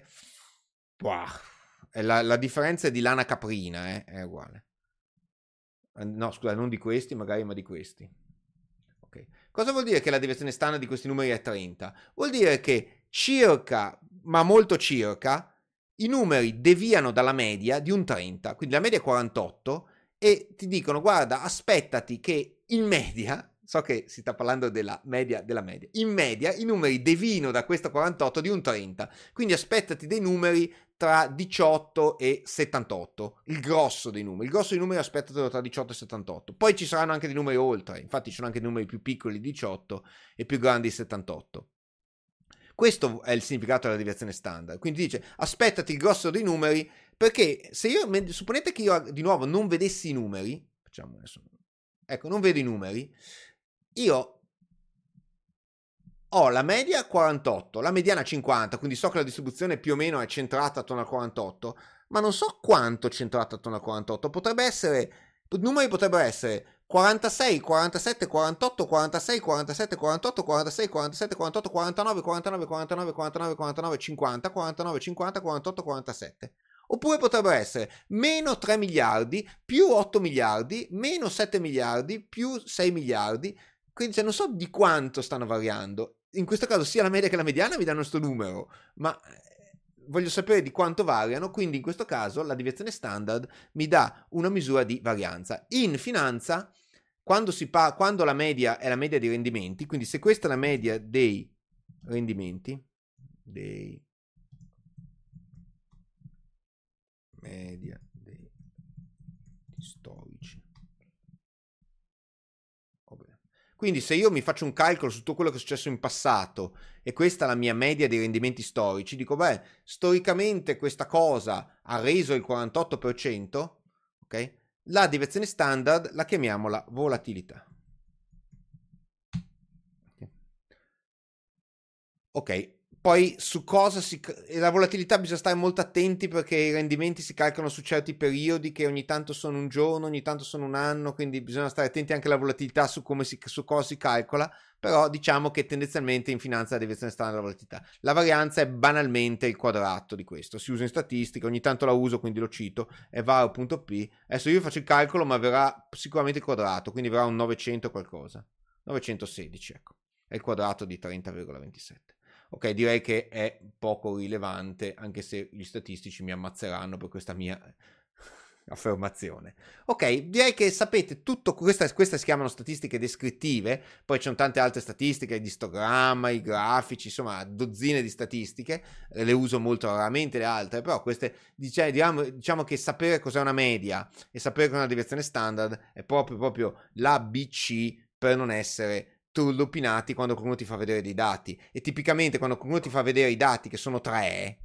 [SPEAKER 1] la differenza è di lana caprina, è uguale. No, scusa, non di questi magari, ma di questi. Okay. Cosa vuol dire che la deviazione standard di questi numeri è 30? Vuol dire che circa, ma molto circa, i numeri deviano dalla media di un 30, quindi la media è 48, e ti dicono, guarda, aspettati che in media, so che si sta parlando della media, in media i numeri devino da questo 48 di un 30, quindi aspettati dei numeri tra 18 e 78, il grosso dei numeri aspettatelo tra 18 e 78, poi ci saranno anche dei numeri oltre, infatti ci sono anche dei numeri più piccoli 18 e più grandi 78. Questo è il significato della deviazione standard. Quindi dice, aspettati il grosso dei numeri, perché se io, supponete che io di nuovo non vedessi i numeri, facciamo adesso, ecco, non vedo i numeri, io ho la media 48, la mediana 50, quindi so che la distribuzione più o meno è centrata attorno al 48, ma non so quanto è centrata attorno al 48, i numeri potrebbero essere 46, 47, 48, 46, 47, 48, 46, 47, 48, 49, 49, 49, 49, 49, 50, 49, 50, 48, 47. Oppure potrebbero essere meno 3 miliardi, più 8 miliardi, meno 7 miliardi, più 6 miliardi. Quindi non so di quanto stanno variando. In questo caso sia la media che la mediana mi danno questo numero, ma voglio sapere di quanto variano, quindi in questo caso la deviazione mi dà una misura di varianza. In finanza, quando la media è la media dei rendimenti, quindi se questa è la media dei rendimenti, media dei storici, quindi se io mi faccio un calcolo su tutto quello che è successo in passato e questa è la mia media dei rendimenti storici, dico, beh, storicamente questa cosa ha reso il 48%, ok? La deviazione standard la chiamiamo la volatilità. Ok, poi su cosa la volatilità bisogna stare molto attenti perché i rendimenti si calcolano su certi periodi che ogni tanto sono un giorno, ogni tanto sono un anno, quindi bisogna stare attenti anche alla volatilità su cosa si calcola, però diciamo che tendenzialmente in finanza la deviazione standard della volatilità. La varianza è banalmente il quadrato di questo, si usa in statistica, ogni tanto la uso quindi lo cito, è var.p, adesso io faccio il calcolo ma verrà sicuramente il quadrato, quindi verrà un 900 qualcosa, 916 ecco, è il quadrato di 30,27. Ok, direi che è poco rilevante, anche se gli statistici mi ammazzeranno per questa mia affermazione. Ok, direi che sapete tutto, queste si chiamano statistiche descrittive, poi ci sono tante altre statistiche, il histogramma, i grafici, insomma, dozzine di statistiche, le uso molto raramente le altre, però queste, diciamo che sapere cos'è una media e sapere cos'è una deviazione standard è proprio l'ABC per non essere turlupinati quando qualcuno ti fa vedere dei dati, e tipicamente quando qualcuno ti fa vedere i dati che sono 3,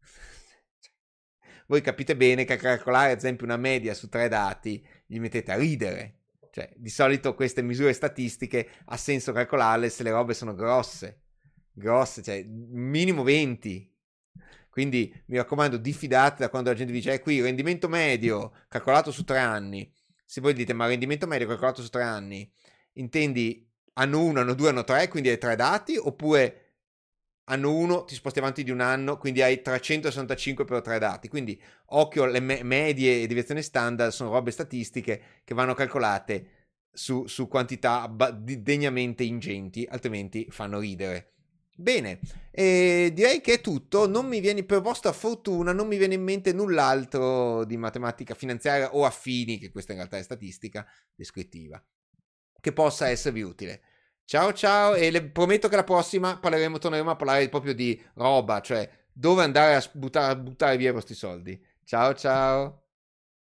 [SPEAKER 1] voi capite bene che a calcolare ad esempio una media su 3 dati gli mettete a ridere, cioè di solito queste misure statistiche ha senso calcolarle se le robe sono grosse, cioè minimo 20. Quindi mi raccomando, diffidate da quando la gente dice qui il rendimento medio calcolato su 3 anni. Se voi dite ma il rendimento medio calcolato su 3 anni, intendi anno 1, anno 2, anno 3, quindi hai 3 dati, oppure anno 1 ti sposti avanti di un anno, quindi hai 365 per 3 dati. Quindi occhio, le medie e deviazione standard sono robe statistiche che vanno calcolate su quantità degnamente ingenti, altrimenti fanno ridere. Bene, direi che è tutto. Non mi viene, per vostra fortuna, non mi viene in mente null'altro di matematica finanziaria o affini, che questa in realtà è statistica descrittiva, che possa esservi utile. Ciao ciao, e le prometto che la prossima torneremo a parlare proprio di roba, cioè dove andare a buttare via i vostri soldi. Ciao ciao.